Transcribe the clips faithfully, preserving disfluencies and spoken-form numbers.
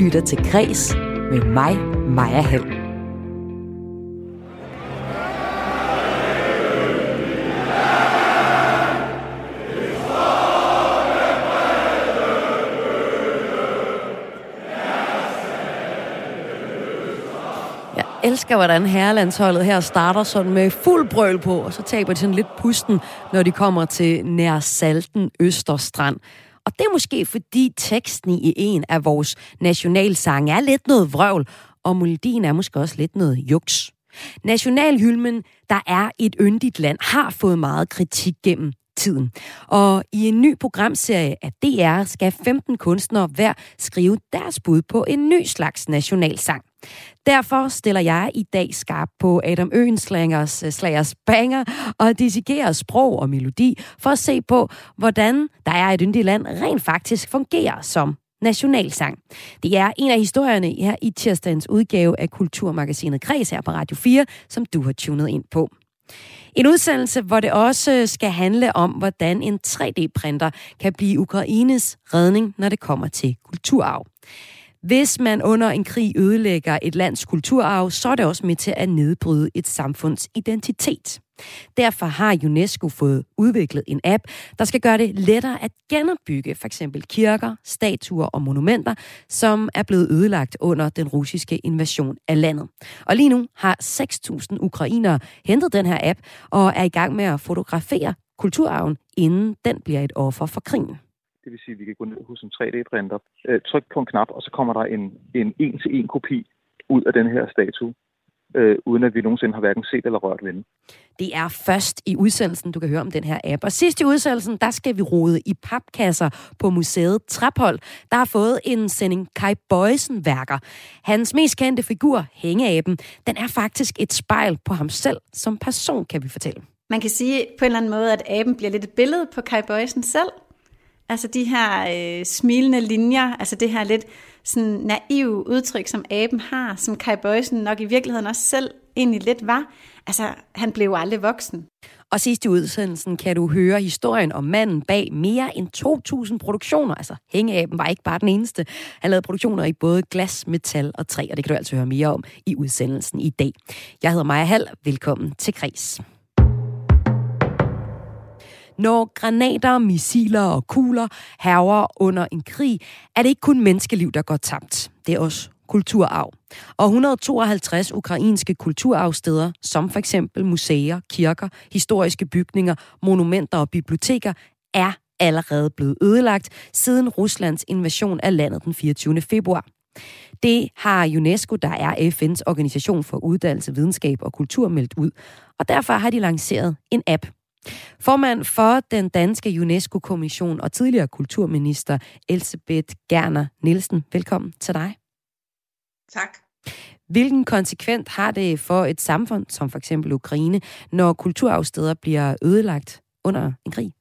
lytter til Kres med mig, Maja Hall. Jeg elsker, hvordan herrelandsholdet her starter sådan med fuld brøl på, og så taber de sådan lidt pusten, når de kommer til nær Salten Østerstrand. Og det er måske fordi teksten i en af vores nationalsange er lidt noget vrøvl, og melodien er måske også lidt noget juks. Nationalhymnen, der er et yndigt land, har fået meget kritik gennem tiden. Og i en ny programserie af D R skal femten kunstnere hver skrive deres bud på en ny slags nationalsang. Derfor stiller jeg i dag skarp på Adam Oehlenschlägers Slagers banger og dissekerer sprog og melodi for at se på, hvordan der er et yndigt land rent faktisk fungerer som nationalsang. Det er en af historierne her i tirsdagens udgave af Kulturmagasinet Kres her på Radio fire, som du har tunet ind på. En udsendelse, hvor det også skal handle om, hvordan en tre D-printer kan blive Ukraines redning, når det kommer til kulturarv. Hvis man under en krig ødelægger et lands kulturarv, så er det også med til at nedbryde et samfunds identitet. Derfor har UNESCO fået udviklet en app, der skal gøre det lettere at genopbygge for eksempel kirker, statuer og monumenter, som er blevet ødelagt under den russiske invasion af landet. Og lige nu har seks tusind ukrainere hentet den her app og er i gang med at fotografere kulturarven, inden den bliver et offer for krigen. Det vil sige, at vi kan gå ned hos en tre D-printer, øh, trykke på en knap, og så kommer der en en en-til-en kopi ud af den her statue, øh, uden at vi nogensinde har hverken set eller rørt ved den. Det er først i udsendelsen, du kan høre om den her app. Og sidst i udsendelsen, der skal vi rode i papkasser på museet Trapholt, der har fået en sending Kai Boysen-værker. Hans mest kendte figur, hængeaben, den er faktisk et spejl på ham selv som person, kan vi fortælle. Man kan sige på en eller anden måde, at aben bliver lidt et billede på Kai Boysen selv. Altså de her øh, smilende linjer, altså det her lidt sådan naive udtryk, som aben har, som Kai Boysen nok i virkeligheden også selv egentlig lidt var. Altså, han blev aldrig voksen. Og sidst i udsendelsen kan du høre historien om manden bag mere end to tusind produktioner. Altså, hængeaben var ikke bare den eneste. Han lavede produktioner i både glas, metal og træ, og det kan du altså høre mere om i udsendelsen i dag. Jeg hedder Maja Hall. Velkommen til Kres. Når granater, missiler og kugler hærger under en krig, er det ikke kun menneskeliv, der går tabt. Det er også kulturarv. Og et hundrede og tooghalvtreds ukrainske kulturarvsteder, som for eksempel museer, kirker, historiske bygninger, monumenter og biblioteker, er allerede blevet ødelagt siden Ruslands invasion af landet den fireogtyvende februar. Det har UNESCO, der er F N's organisation for uddannelse, videnskab og kultur, meldt ud. Og derfor har de lanceret en app. Formand for den danske UNESCO-kommission og tidligere kulturminister Elsebeth Gerner Nielsen. Velkommen til dig. Tak. Hvilken konsekvens har det for et samfund, som for eksempel Ukraine, når kulturarvsteder bliver ødelagt under en krig?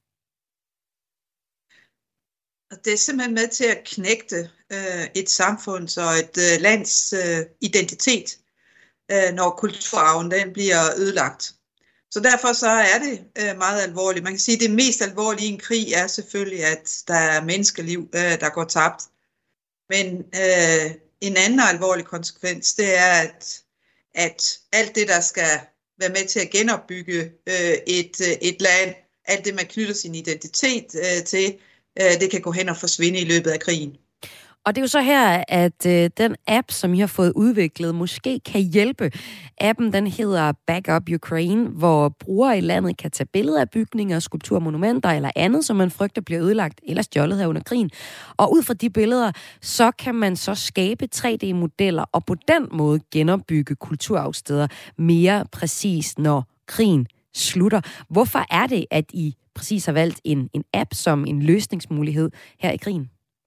Det er simpelthen med til at knægte øh, et samfunds og et øh, lands øh, identitet, øh, når kulturarven den bliver ødelagt. Så derfor så er det øh, meget alvorligt. Man kan sige, at det mest alvorlige i en krig er selvfølgelig, at der er menneskeliv, øh, der går tabt. Men øh, en anden alvorlig konsekvens, det er, at, at alt det, der skal være med til at genopbygge øh, et, et land, alt det, man knytter sin identitet øh, til, øh, det kan gå hen og forsvinde i løbet af krigen. Og det er jo så her, at øh, den app, som I har fået udviklet, måske kan hjælpe. Appen, den hedder Backup Ukraine, hvor brugere i landet kan tage billeder af bygninger, skulpturer, monumenter eller andet, som man frygter bliver ødelagt eller stjålet her under krigen. Og ud fra de billeder, så kan man så skabe tre D-modeller og på den måde genopbygge kulturarvsteder mere præcis, når krigen slutter. Hvorfor er det, at I præcis har valgt en, en app som en løsningsmulighed her i krigen?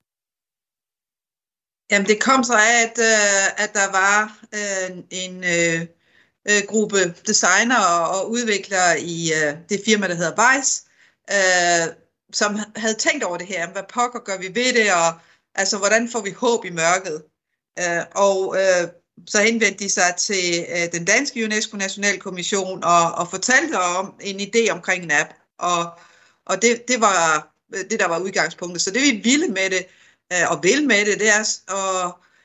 Jamen det kom så af, at, øh, at der var øh, en øh, øh, gruppe designere og udviklere i øh, det firma, der hedder Weiss, øh, som havde tænkt over det her. Hvad pokker gør vi ved det, og altså, hvordan får vi håb i mørket? Øh, og øh, så henvendte de sig til øh, den danske UNESCO-nationalkommission og, og fortalte om en idé omkring en app. Og, og det, det var det, der var udgangspunktet. Så det vi ville med det, og vil med det, det er at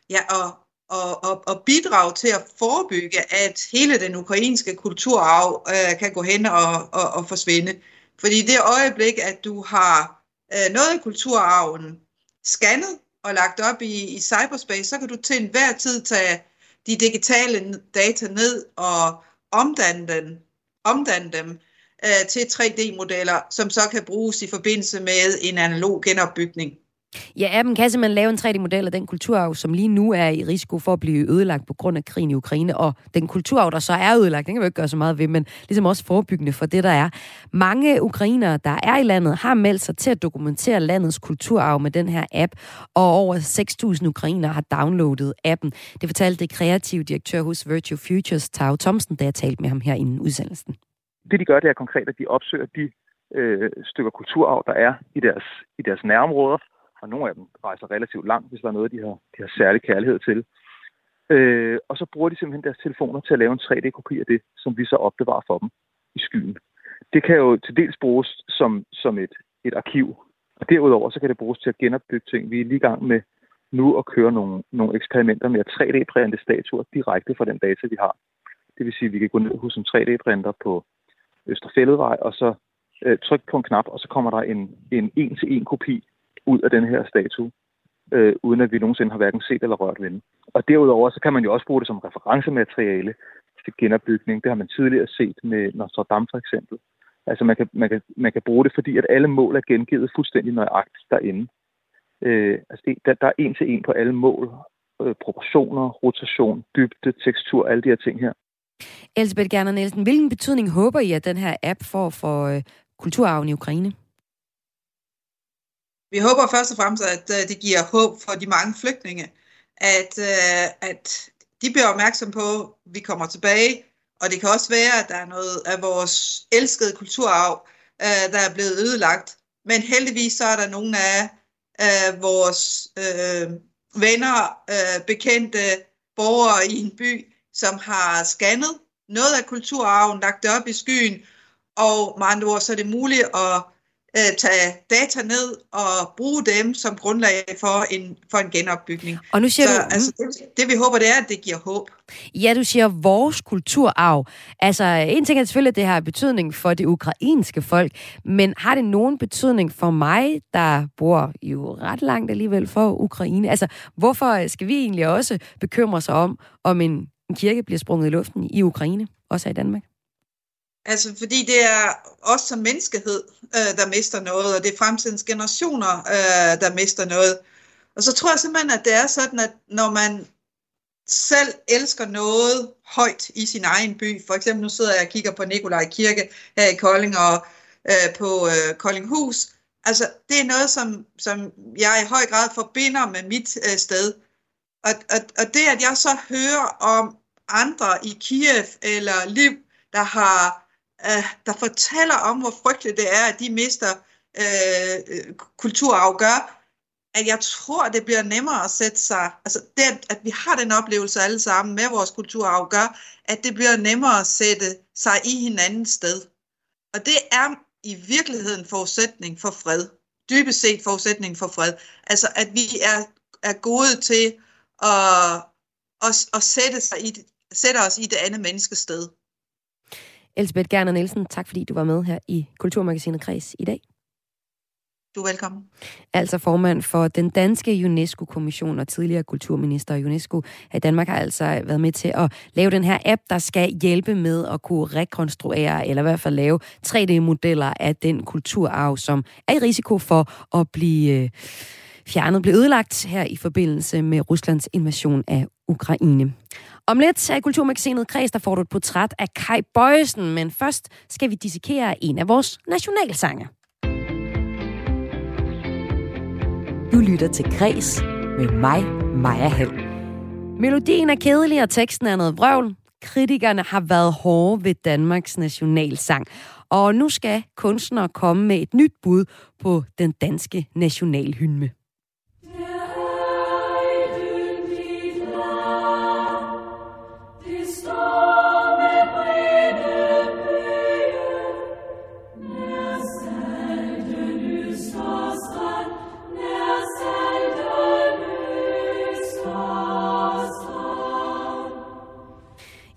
ja, og, og, og, og bidrage til at forebygge, at hele den ukrainske kulturarv øh, kan gå hen og, og, og forsvinde. Fordi i det øjeblik, at du har øh, noget af kulturarven scannet og lagt op i, i cyberspace, så kan du til enhver tid tage de digitale data ned og omdanne dem, omdanne dem øh, til tre D-modeller, som så kan bruges i forbindelse med en analog genopbygning. Ja, appen kan simpelthen lave en tre D-model af den kulturarv, som lige nu er i risiko for at blive ødelagt på grund af krigen i Ukraine, og den kulturarv, der så er ødelagt, den kan vi ikke gøre så meget ved, men ligesom også forebyggende for det, der er. Mange ukrainere, der er i landet, har meldt sig til at dokumentere landets kulturarv med den her app, og over seks tusind ukrainere har downloadet appen. Det fortalte det kreative direktør hos Virtue Futures, Tao Thomsen, da jeg talte med ham her inden udsendelsen. Det, de gør, det er konkret, at de opsøger de øh, stykker kulturarv, der er i deres, i deres nærområder, og nogle af dem rejser relativt langt, hvis der er noget, de har, de har særlig kærlighed til. Øh, og så bruger de simpelthen deres telefoner til at lave en tre D-kopi af det, som vi så opbevarer for dem i skyen. Det kan jo til dels bruges som, som et, et arkiv, og derudover så kan det bruges til at genopbygge ting. Vi er lige i gang med nu at køre nogle, nogle eksperimenter med at tre D-printe statuer direkte fra den data, vi har. Det vil sige, at vi kan gå ned hos en tre D-printer på Østerfælledvej, og så øh, trykke på en knap, og så kommer der en en en-til-en kopi ud af den her statue, øh, uden at vi nogensinde har hverken set eller rørt ved den. Og derudover, så kan man jo også bruge det som referencemateriale til genopbygning. Det har man tidligere set med Notre Dame for eksempel. Altså man kan, man kan, man kan bruge det, fordi at alle mål er gengivet fuldstændig nøjagtigt derinde. Øh, altså det, der, der er en til en på alle mål. Øh, proportioner, rotation, dybde, tekstur, alle de her ting her. Elsebeth Gerner Nielsen, hvilken betydning håber I, at den her app får for øh, kulturarven i Ukraine? Vi håber først og fremmest, at uh, det giver håb for de mange flygtninge, at, uh, at de bliver opmærksom på, at vi kommer tilbage, og det kan også være, at der er noget af vores elskede kulturarv, uh, der er blevet ødelagt. Men heldigvis så er der nogle af uh, vores uh, venner, uh, bekendte borgere i en by, som har scannet noget af kulturarven, lagt det op i skyen, og med andre ord, så er det muligt at tage data ned og bruge dem som grundlag for en, for en genopbygning. Og nu siger så du, altså, det, det vi håber, det er, at det giver håb. Ja, du siger vores kulturarv. Altså, en ting er selvfølgelig, at det har betydning for det ukrainske folk, men har det nogen betydning for mig, der bor jo ret langt alligevel for Ukraine? Altså, hvorfor skal vi egentlig også bekymre os om, om en, en kirke bliver sprunget i luften i Ukraine, også i Danmark? Altså, fordi det er os som menneskehed, øh, der mister noget, og det er fremtidens generationer, øh, der mister noget. Og så tror jeg simpelthen, at det er sådan, at når man selv elsker noget højt i sin egen by, for eksempel nu sidder jeg og kigger på Nikolaj Kirke her i Kolding og øh, på øh, Koldinghus, altså det er noget, som, som jeg i høj grad forbinder med mit øh, sted. Og, og, og det, at jeg så hører om andre i Kiev eller Lviv, der har Uh, der fortæller om, hvor frygteligt det er, at de mister uh, kulturarv, gør, at jeg tror, det bliver nemmere at sætte sig, altså det, at vi har den oplevelse alle sammen med vores kulturarv, gør, at det bliver nemmere at sætte sig i hinandens sted. Og det er i virkeligheden forudsætning for fred. Dybest set forudsætning for fred. Altså, at vi er, er gode til at, at, at sætte, sig i, sætte os i det andet menneskes sted. Elsebeth Gerner Nielsen, tak fordi du var med her i Kulturmagasinet Kreds i dag. Du er velkommen. Altså formand for den danske UNESCO-kommission og tidligere kulturminister i UNESCO i Danmark har altså været med til at lave den her app, der skal hjælpe med at kunne rekonstruere, eller i hvert fald lave tre D-modeller af den kulturarv, som er i risiko for at blive fjernet, blive ødelagt her i forbindelse med Ruslands invasion af Ukraine. Om lidt af Kulturmagasinet Kreds, der får du et portræt af Kai Boyesen, men først skal vi dissekere en af vores nationalsange. Du lytter til Kreds med mig, Maja Hall. Melodien er kedelig, og teksten er noget vrøvl. Kritikerne har været hårde ved Danmarks nationalsang, og nu skal kunstnere komme med et nyt bud på den danske nationalhymne. Star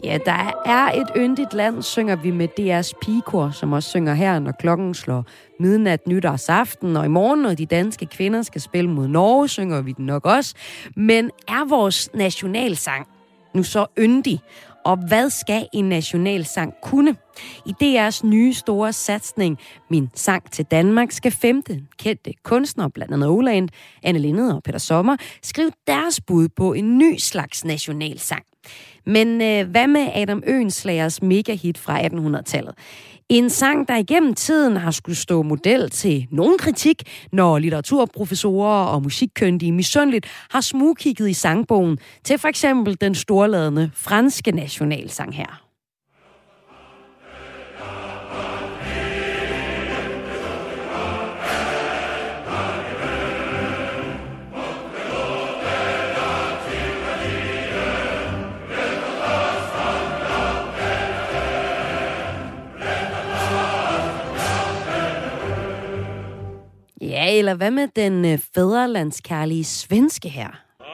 Ja, der er et yndigt land, synger vi med D R's pigekor, som også synger her, når klokken slår midnat nytårsaften. Og i morgen, når de danske kvinder skal spille mod Norge, synger vi den nok også. Men er vores nationalsang nu så yndig? Og hvad skal en nationalsang kunne? I D R's nye store satsning, Min sang til Danmark, skal femte kendte kunstnere, blandt andet Oland, Anne Linnet og Peter Sommer, skrive deres bud på en ny slags nationalsang. Men øh, hvad med Adam Oehlenschlägers megahit fra attenhundredetallet? En sang, der igennem tiden har skulle stå model til nogen kritik, når litteraturprofessorer og musikkyndige misundeligt har smugkigget i sangbogen til for eksempel den storladende franske nationalsang her. Ja, eller hvad med den øh, fædrelandskærlige svenske her?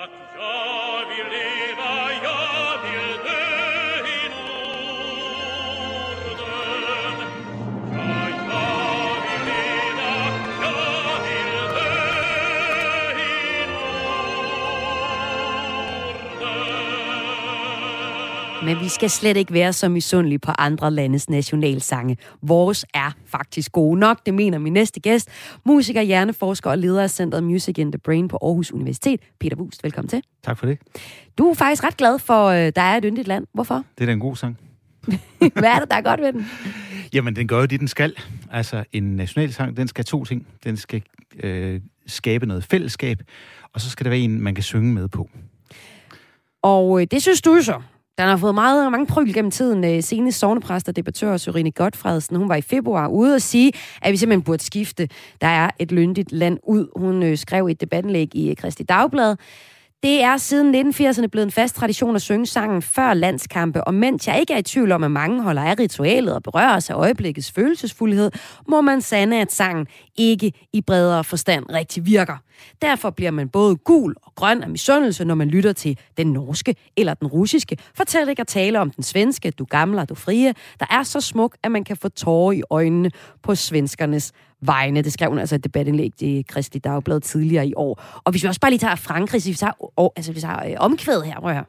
Men vi skal slet ikke være så misundelige på andre landes nationalsange. Vores er faktisk gode nok, det mener min næste gæst. Musiker, hjerneforsker og leder af Centeret Music in the Brain på Aarhus Universitet. Peter Vuust, velkommen til. Tak for det. Du er faktisk ret glad for, øh, der er et yndigt land. Hvorfor? Det er da en god sang. Hvad er det, der er godt ved den? Jamen, den gør jo det, den skal. Altså, en nationalsang, den skal to ting. Den skal øh, skabe noget fællesskab, og så skal der være en, man kan synge med på. Og øh, det synes du så? Den har fået meget, mange pryl gennem tiden. Senest sognepræst og debattør Sørine Gotfredsen, hun var i februar ude og sige, at vi simpelthen burde skifte. Der er et lyndigt land ud. Hun øh, skrev et debatindlæg i Kristi Dagblad. Det er siden nitten firserne blevet en fast tradition at synge sangen før landskampe, og mens jeg ikke er i tvivl om, at mange holder af ritualet og berører sig af øjeblikkets følelsesfuldhed, må man sande, at sangen ikke i bredere forstand rigtig virker. Derfor bliver man både gul og grøn af misundelse, når man lytter til den norske eller den russiske. Fortæl ikke at tale om den svenske, du gamle, du frie, der er så smuk, at man kan få tårer i øjnene på svenskernes vegne. Det skrev hun altså et debatindlæg i Kristi Dagblad tidligere i år. Og hvis vi også bare lige tager Frankrig, så vi tager, oh, altså, vi tager øh, omkvædet her, prøv at høre.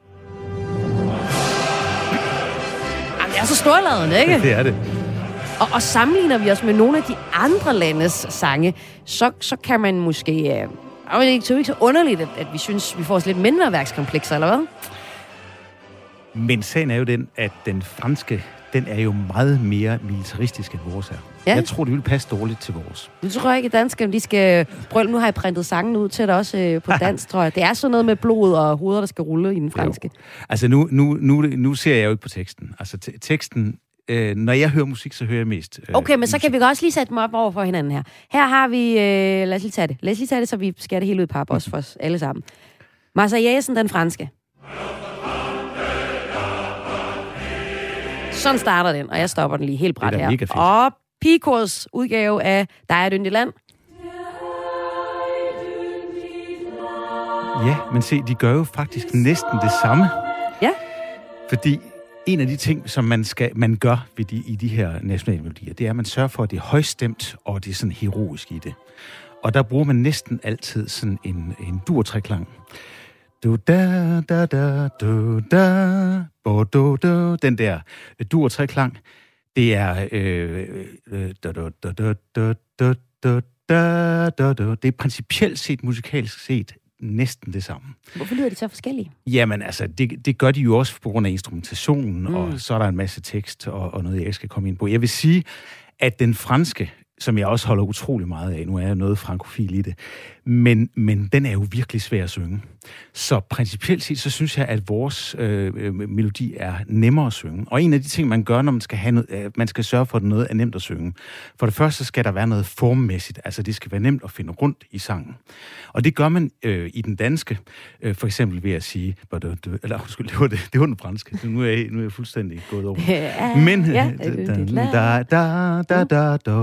Jamen, det er så storladende, ikke? Det er det. Og, og sammenligner vi os med nogle af de andre landes sange, så, så kan man måske... Øh, det er ikke så underligt, at, at vi synes, vi får os lidt mindre værkskomplekser, eller hvad? Men sagen er jo den, at den franske, den er jo meget mere militaristisk end vores her. Ja. Jeg tror, det vil passe dårligt til vores. Du tror ikke, at danskerne, de skal prøve... Nu har jeg printet sangen ud til dig også øh, på dansk, tror jeg. Det er sådan noget med blod og hoveder, der skal rulle i den franske. Jo. Altså, nu, nu, nu, nu ser jeg jo ikke på teksten. Altså, t- teksten... Øh, når jeg hører musik, så hører jeg mest... Øh, okay, men så musik. kan vi også lige sætte dem op over for hinanden her. Her har vi... Øh, lad os lige tage det. Lad os lige tage det, så vi skærer det hele ud i pap, også for os alle sammen. Marseillaisen, den franske. Sådan starter den, og jeg stopper den lige helt bræt her. Mega fedt. Og Pigekors udgave af Der er et yndigt land. Ja, men se, de gør jo faktisk næsten det samme. Ja. Fordi en af de ting, som man, skal, man gør ved de, i de her nationale melodier, det er, at man sørger for, at det er højstemt, og det er sådan heroisk i det. Og der bruger man næsten altid sådan en, en dur-treklang. Du da da da du da bo du du. Den der dur-treklang, det er øh, øh, da da da da da da da da da. Det er principielt set, musikalsk set, næsten det samme. Hvorfor lyder de så forskellige? Jamen altså, det, det gør de jo også på grund af instrumentationen, mm. og så er der en masse tekst og, og noget, jeg ikke skal komme ind på. Jeg vil sige, at den franske, som jeg også holder utrolig meget af, nu er jeg noget frankofil i det, men, men den er jo virkelig svær at synge. Så principielt set, så synes jeg, at vores øh, melodi er nemmere at synge. Og en af de ting, man gør, når man skal have noget, øh, man skal sørge for, at noget er nemt at synge. For det første, så skal der være noget formmæssigt, altså det skal være nemt at finde rundt i sangen. Og det gør man øh, i den danske, øh, for eksempel ved at sige, eller undskyld, det var, det, det var den franske, nu er jeg, nu er jeg fuldstændig gået over. Ja, men, ja, da, da, da, da, da, da,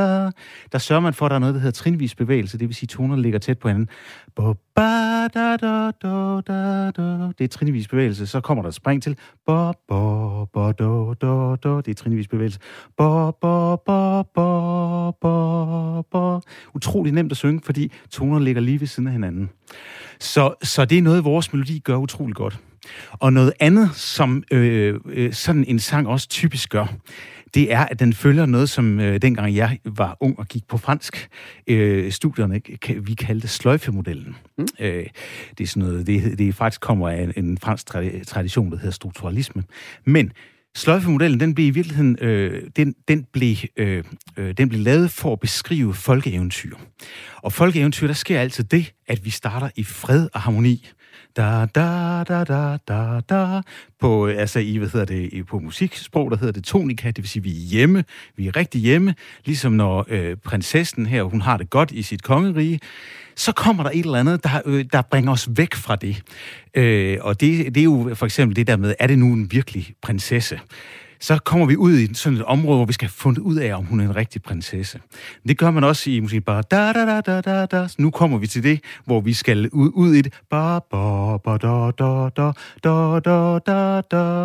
Der sørger man for, at der er noget, der hedder trinvis bevægelse, det vil sige, at tonerne ligger tæt på hinanden. Bo, ba, da, da, da, da, da. Det er trinvis bevægelse. Så kommer der et spring til. Bo, bo, bo, do, do, do. Det er trinvis bevægelse. Bo, bo, bo, bo, bo, bo. Utrolig nemt at synge, fordi tonerne ligger lige ved siden af hinanden. Så, så det er noget, vores melodi gør utrolig godt. Og noget andet, som øh, øh, sådan en sang også typisk gør, det er, at den følger noget, som øh, dengang jeg var ung og gik på fransk, øh, studierne, vi kaldte sløjfemodellen. Mm. Øh, det er sådan noget, det, det faktisk kommer af en, en fransk tra- tradition, der hedder strukturalisme. Men sløjfemodellen, den blev i virkeligheden, øh, den, den, blev, øh, øh, den blev lavet for at beskrive folkeeventyr. Og folkeeventyr, der sker altid det, at vi starter i fred og harmoni. Da, da, da, da, da, da. På, altså i, hvad hedder det, på musiksprog, der hedder det tonika, det vil sige, vi er hjemme, vi er rigtig hjemme, ligesom når øh, prinsessen her, hun har det godt i sit kongerige, så kommer der et eller andet, der, øh, der bringer os væk fra det. Øh, og det, det er jo for eksempel det der med, er det nu en virkelig prinsesse? Så kommer vi ud i sådan et område, hvor vi skal have fundet ud af, om hun er en rigtig prinsesse. Det gør man også i musik bare da da da da da da. Nu kommer vi til det, hvor vi skal ud, ud i det. Ba ba ba da da da da da da da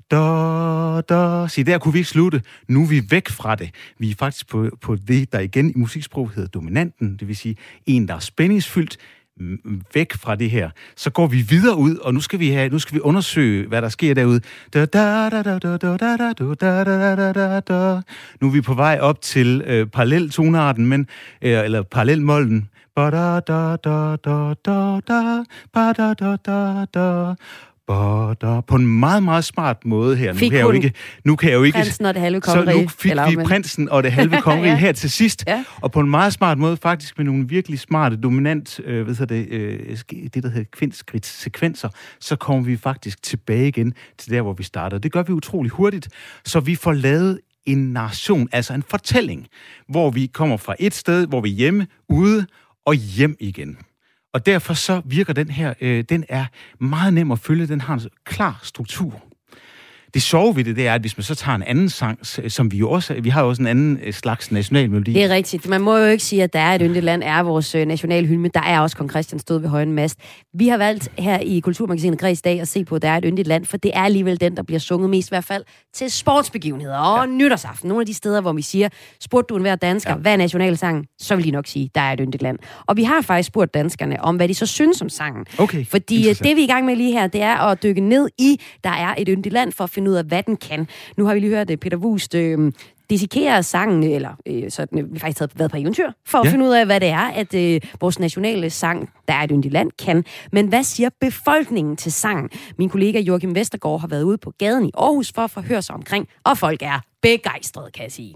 da da. Se, der kunne vi ikke slutte. Nu er vi væk fra det. Vi er faktisk på, på det, der igen i musiksprog hedder dominanten. Det vil sige en, der er spændingsfyldt, væk fra det her. Så går vi videre ud, og nu skal vi have, nu skal vi undersøge, hvad der sker derude. Da, da, da, da, da, da, da, da, da, da, da. Nu er vi på vej op til øh, parallel tonearten, men øh, eller parallelmolden. Ba da da da da da da ba da da da da. På en meget, meget smart måde her. Nu kan jeg jo ikke, nu kan jeg jo ikke prinsen og det halve kongerige. Så nu fik vi men... prinsen og det halve kongerige ja. her til sidst. Ja. Og på en meget smart måde, faktisk med nogle virkelig smarte, dominant, øh, hvad det, øh, det der hedder kvinskridt-sekvenser, så kommer vi faktisk tilbage igen til der, hvor vi startede. Det gør vi utrolig hurtigt, så vi får lavet en narration, altså en fortælling, hvor vi kommer fra et sted, hvor vi er hjemme, ude og hjem igen. Og derfor så virker den her, øh, den er meget nem at følge, den har en klar struktur. Det sjove ved det, det er, at hvis man så tager en anden sang, som vi jo også, vi har jo også en anden slags nationalmelodi. Det er rigtigt. Man må jo ikke sige, at der er et yndigt land, er vores nationalhymne. Der er også Kong Christian stod ved højen mast. Vi har valgt her i Kulturmagasinet Græs Dag at se på, at der er et yndigt land, for det er alligevel den, der bliver sunget mest, i hvert fald til sportsbegivenheder og ja. nytårsaften. Nogle af de steder, hvor vi siger, spurgte du enhver dansker, ja. hvad er nationalsangen? Så vil de nok sige, der er et yndigt land. Og vi har faktisk spurgt danskerne om, hvad de så synes om sangen. Okay. Fordi det, vi er i gang med lige her, det er at dykke ned i, der er et yndigt land, for at finde ud af, hvad den kan. Nu har vi lige hørt Peter Vuust øh, dissekere sangen, eller øh, sådan, vi har faktisk taget, været på eventyr, for at ja. finde ud af, hvad det er, at øh, vores nationale sang, der er et yndigt land, kan. Men hvad siger befolkningen til sangen? Min kollega Joachim Vestergaard har været ude på gaden i Aarhus for at forhøre sig omkring, og folk er begejstrede, kan jeg sige.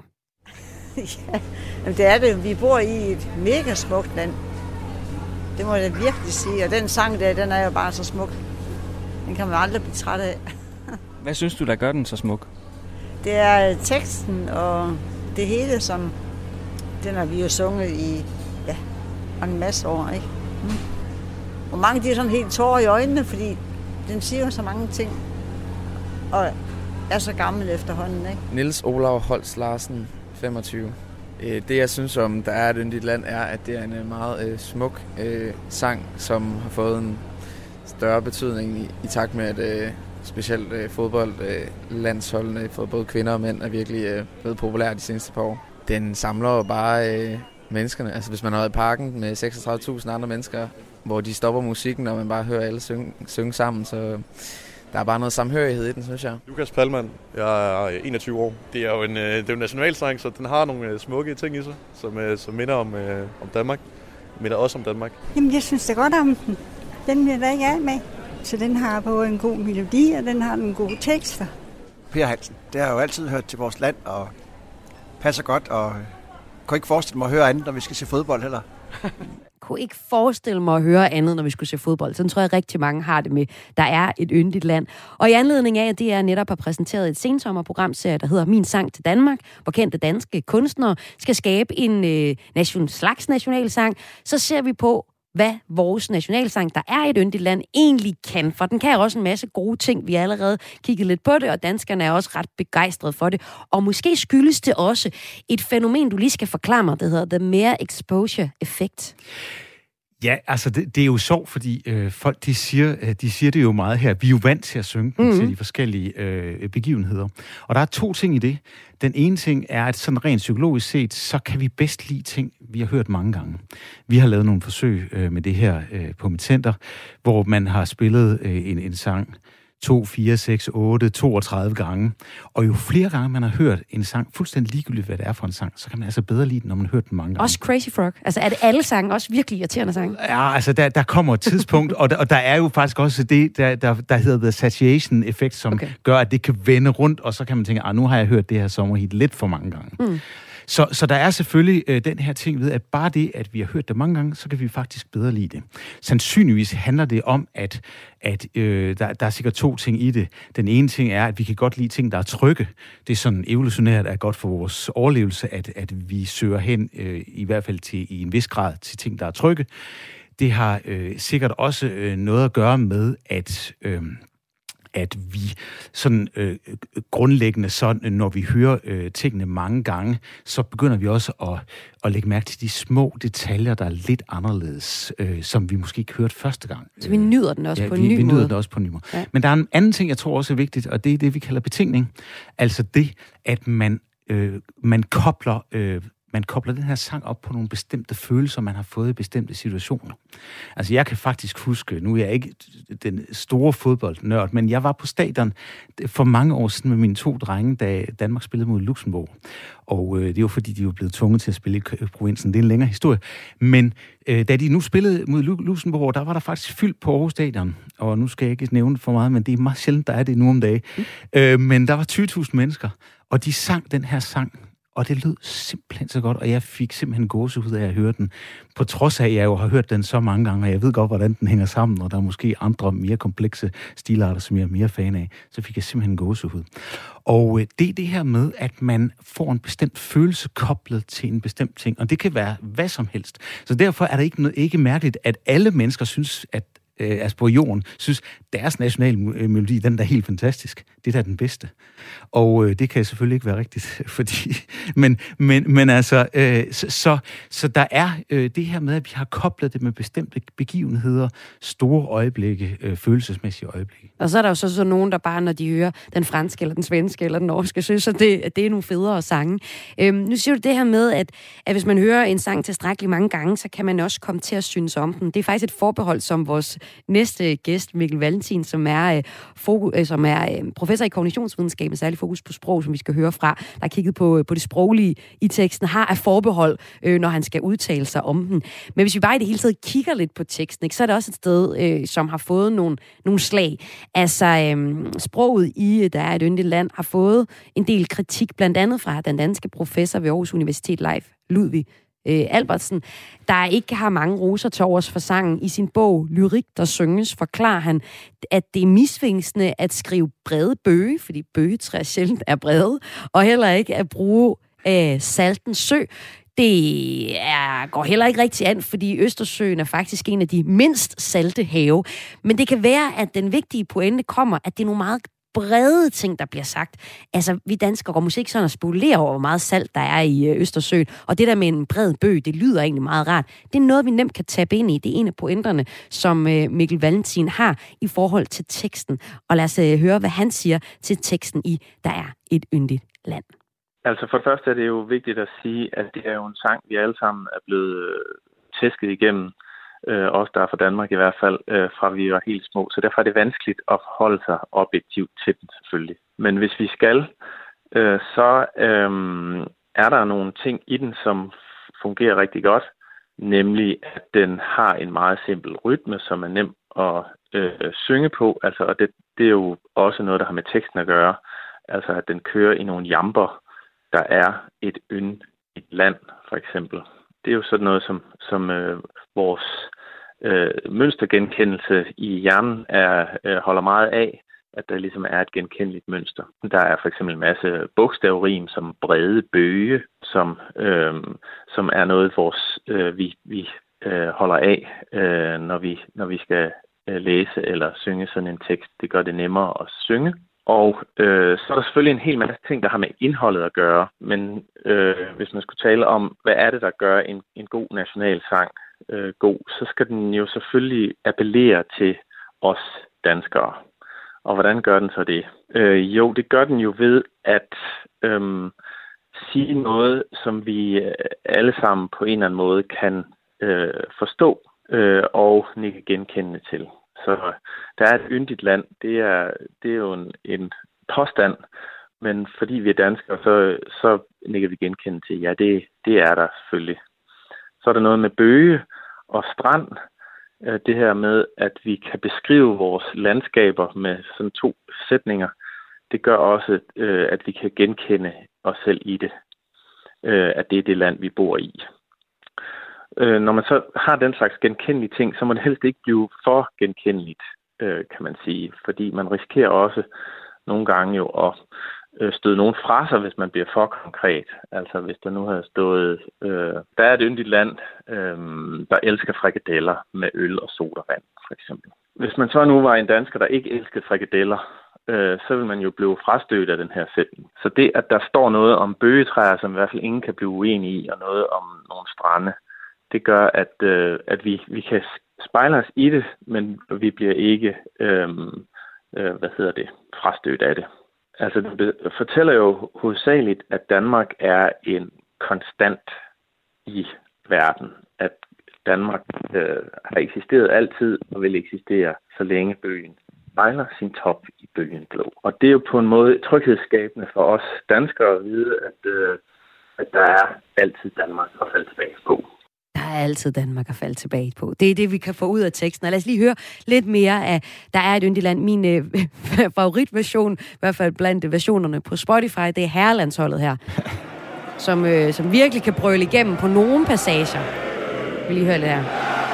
Ja, det er det. Vi bor i et mega smukt land. Det må jeg virkelig sige. Og den sang der, den er jo bare så smuk. Den kan man aldrig blive træt af. Hvad synes du, der gør den så smuk? Det er teksten og det hele, som den har vi jo sunget i ja, en masse år, ikke? Mm. Og mange de er sådan helt tårer i øjnene, fordi den siger jo så mange ting. Og er så gammel efterhånden, ikke? Niels Olav Holst Larsen, femogtyve. Det, jeg synes om, der er et yndigt land, er, at det er en meget øh, smuk øh, sang, som har fået en større betydning i, i takt med, at øh, specielt øh, fodboldlandsholdene øh, for både kvinder og mænd er virkelig øh, blevet populære de seneste par år. Den samler jo bare øh, menneskerne. Altså hvis man er i parken med seksogtredive tusind andre mennesker, hvor de stopper musikken, og man bare hører alle synge, synge sammen, så der er bare noget samhørighed i den, synes jeg. Lukas Palman, jeg er enogtyve år. Det er jo en, det er en nationalsang, så den har nogle smukke ting i sig, som, som minder om, om Danmark. Minder også om Danmark. Jamen, jeg synes da godt om den. Den vil jeg ikke af med. Så den har både en god melodi, og den har nogle gode tekster. Per Hansen, det har jo altid hørt til vores land, og passer godt, og kunne ikke forestille mig at høre andet, når vi skal se fodbold heller. Kunne ikke forestille mig at høre andet, når vi skulle se fodbold. Sådan tror jeg rigtig mange har det med. Der er et yndigt land. Og i anledning af, at det er netop har præsenteret et sensommerprogramserie, der hedder Min sang til Danmark, hvor kendte danske kunstnere skal skabe en øh, nation, slags nationalsang, så ser vi på, hvad vores nationalsang, der er et yndigt land, egentlig kan. For den kan også en masse gode ting. Vi har allerede kigget lidt på det, og danskerne er også ret begejstrede for det. Og måske skyldes det også et fænomen, du lige skal forklare mig, det hedder The Mere Exposure Effect. Ja, altså det, det er jo sjovt, fordi øh, folk de siger, de siger det jo meget her. Vi er jo vant til at synge mm-hmm. til de forskellige øh, begivenheder. Og der er to ting i det. Den ene ting er, at sådan rent psykologisk set, så kan vi bedst lide ting, vi har hørt mange gange. Vi har lavet nogle forsøg øh, med det her øh, på mit center, hvor man har spillet øh, en, en sang to, fire, seks, otte, toogtredive gange. Og jo flere gange man har hørt en sang, fuldstændig ligegyldigt, hvad det er for en sang, så kan man altså bedre lide den, når man har hørt den mange gange. Også Crazy Frog. Altså er det alle sange også virkelig irriterende sange? Ja, altså der, der kommer et tidspunkt, og, der, og der er jo faktisk også det, der, der, der hedder The Satiation Effect, som okay. gør, at det kan vende rundt, og så kan man tænke, ah, nu har jeg hørt det her sommerhit lidt for mange gange. Mm. Så, så der er selvfølgelig øh, den her ting ved, at bare det, at vi har hørt det mange gange, så kan vi faktisk bedre lide det. Sandsynligvis handler det om, at, at øh, der, der er sikkert to ting i det. Den ene ting er, at vi kan godt lide ting, der er trygge. Det er sådan evolutionært er godt for vores overlevelse, at, at vi søger hen, øh, i hvert fald til i en vis grad, til ting, der er trygge. Det har øh, sikkert også øh, noget at gøre med, at... Øh, at vi sådan øh, grundlæggende, sådan, når vi hører øh, tingene mange gange, så begynder vi også at, at lægge mærke til de små detaljer, der er lidt anderledes, øh, som vi måske ikke hørte første gang. Så vi nyder den også ja, på en vi, ny vi måde. nyder den også på en ny måde. Ja. Men der er en anden ting, jeg tror også er vigtigt, og det er det, vi kalder betingning. Altså det, at man, øh, man kobler... Øh, Man kobler den her sang op på nogle bestemte følelser, man har fået i bestemte situationer. Altså, jeg kan faktisk huske, nu er jeg ikke den store fodboldnørd, men jeg var på stadion for mange år siden med mine to drenge, da Danmark spillede mod Luxembourg. Og øh, det var fordi, de var blevet tvunget til at spille i provinsen. Det er en længere historie. Men øh, da de nu spillede mod Luxembourg, der var der faktisk fyldt på Aarhus Stadion. Og nu skal jeg ikke nævne for meget, men det er meget sjældent, der er det nu om dagen. Mm. Øh, men der var tyve tusind mennesker, og de sang den her sang. Og det lød simpelthen så godt, og jeg fik simpelthen gåsehud af at høre den. På trods af, at jeg jo har hørt den så mange gange, og jeg ved godt, hvordan den hænger sammen, og der er måske andre mere komplekse stilarter, som jeg er mere fan af, så fik jeg simpelthen gåsehud. Og det er det her med, at man får en bestemt følelse koblet til en bestemt ting, og det kan være hvad som helst. Så derfor er det ikke, noget, ikke mærkeligt, at alle mennesker synes, at øh, altså på jorden, synes, deres nationalmelodi, den der er helt fantastisk. Det er da den bedste. Og øh, det kan selvfølgelig ikke være rigtigt, fordi... Men, men, men altså, øh, så, så, så der er øh, det her med, at vi har koblet det med bestemte begivenheder, store øjeblikke, øh, følelsesmæssige øjeblikke. Og så er der jo så, så nogen, der bare, når de hører den franske, eller den svenske, eller den norske, synes, at det, at det er nogle federe sange. Øhm, nu siger du det her med, at, at hvis man hører en sang tilstrækkeligt mange gange, så kan man også komme til at synes om den. Det er faktisk et forbehold, som vores næste gæst, Mikkel Valentin, som er, øh, fokus, øh, som er øh, professor i kognitionsvidenskab med særlig fokus på sprog, som vi skal høre fra, der har kigget på, på det sproglige i teksten, har af forbehold, øh, når han skal udtale sig om den. Men hvis vi bare i det hele taget kigger lidt på teksten, ikke, så er det også et sted, øh, som har fået nogle, nogle slag. Altså, øh, sproget i Der er et yndigt land har fået en del kritik, blandt andet fra den danske professor ved Aarhus Universitet, Leif Ludvig øh, Albertsen, der ikke har mange roser til overs for sangen. I sin bog Lyrik, der synges, forklarer han, at det er misvisende at skrive brede bøge, fordi bøgetræer sjældent er brede, og heller ikke at bruge øh, Salten Sø. Det er, går heller ikke rigtig an, fordi Østersøen er faktisk en af de mindst salte have. Men det kan være, at den vigtige pointe kommer, at det er nogle meget brede ting, der bliver sagt. Altså, vi danskere går måske ikke sådan at spolere over, hvor meget salt der er i Østersøen. Og det der med en bred bøg, det lyder egentlig meget rart. Det er noget, vi nemt kan tabe ind i. Det er en af pointerne, som Mikkel Valentin har i forhold til teksten. Og lad os høre, hvad han siger til teksten i Der er et yndigt land. Altså for det første er det jo vigtigt at sige, at det er jo en sang, vi alle sammen er blevet tæsket igennem. Øh, også der fra Danmark i hvert fald, øh, fra vi var helt små. Så derfor er det vanskeligt at forholde sig objektivt til den selvfølgelig. Men hvis vi skal, øh, så øh, er der nogle ting i den, som fungerer rigtig godt. Nemlig, at den har en meget simpel rytme, som er nem at øh, synge på. Altså, og det, det er jo også noget, der har med teksten at gøre. Altså, at den kører i nogle jamper. Der er et yndigt land, for eksempel. Det er jo sådan noget, som, som øh, vores øh, mønstergenkendelse i hjernen er, øh, holder meget af, at der ligesom er et genkendeligt mønster. Der er for eksempel en masse bogstavrim som brede bøge, som, øh, som er noget, vores, øh, vi, vi øh, holder af, øh, når, vi, når vi skal øh, læse eller synge sådan en tekst. Det gør det nemmere at synge. Og øh, så er der selvfølgelig en hel masse ting, der har med indholdet at gøre. Men øh, hvis man skulle tale om, hvad er det, der gør en, en god nationalsang øh, god, så skal den jo selvfølgelig appellere til os danskere. Og hvordan gør den så det? Øh, jo, det gør den jo ved at øh, sige noget, som vi alle sammen på en eller anden måde kan øh, forstå øh, og nikke genkendende til. Så der er et yndigt land. Det er, det er jo en, en påstand, men fordi vi er danskere, så, så nikker vi genkendende til, ja, det, det er der selvfølgelig. Så er der noget med bøge og strand. Det her med, at vi kan beskrive vores landskaber med sådan to sætninger, det gør også, at vi kan genkende os selv i det. At det er det land, vi bor i. Når man så har den slags genkendelige ting, så må det helst ikke blive for genkendeligt, kan man sige. Fordi man risikerer også nogle gange jo at støde nogen fra sig, hvis man bliver for konkret. Altså hvis der nu havde stået, øh, der er et yndigt land, øh, der elsker frikadeller med øl og sodavand, for eksempel. Hvis man så nu var en dansker, der ikke elskede frikadeller, øh, så vil man jo blive frastødt af den her sætning. Så det, at der står noget om bøgetræer, som i hvert fald ingen kan blive uenige i, og noget om nogle strande, det gør, at, øh, at vi, vi kan spejle os i det, men vi bliver ikke, øh, øh, hvad hedder det, frastødt af det. Altså, det fortæller jo hovedsageligt, at Danmark er en konstant i verden. At Danmark øh, har eksisteret altid og vil eksistere, så længe bøgen spejler sin top i bølgen blå. Og det er jo på en måde tryghedsskabende for os danskere at vide, at, øh, at der er altid Danmark at falde tilbage på. Der er altid Danmark at falde tilbage på. Det er det, vi kan få ud af teksten. Og lad os lige høre lidt mere af Der er et yndigt land. Min øh, favoritversion, i hvert fald blandt versionerne på Spotify, det er Herrelandsholdet her. Som, øh, som virkelig kan brøle igennem på nogle passager. Vi lige høre lidt her.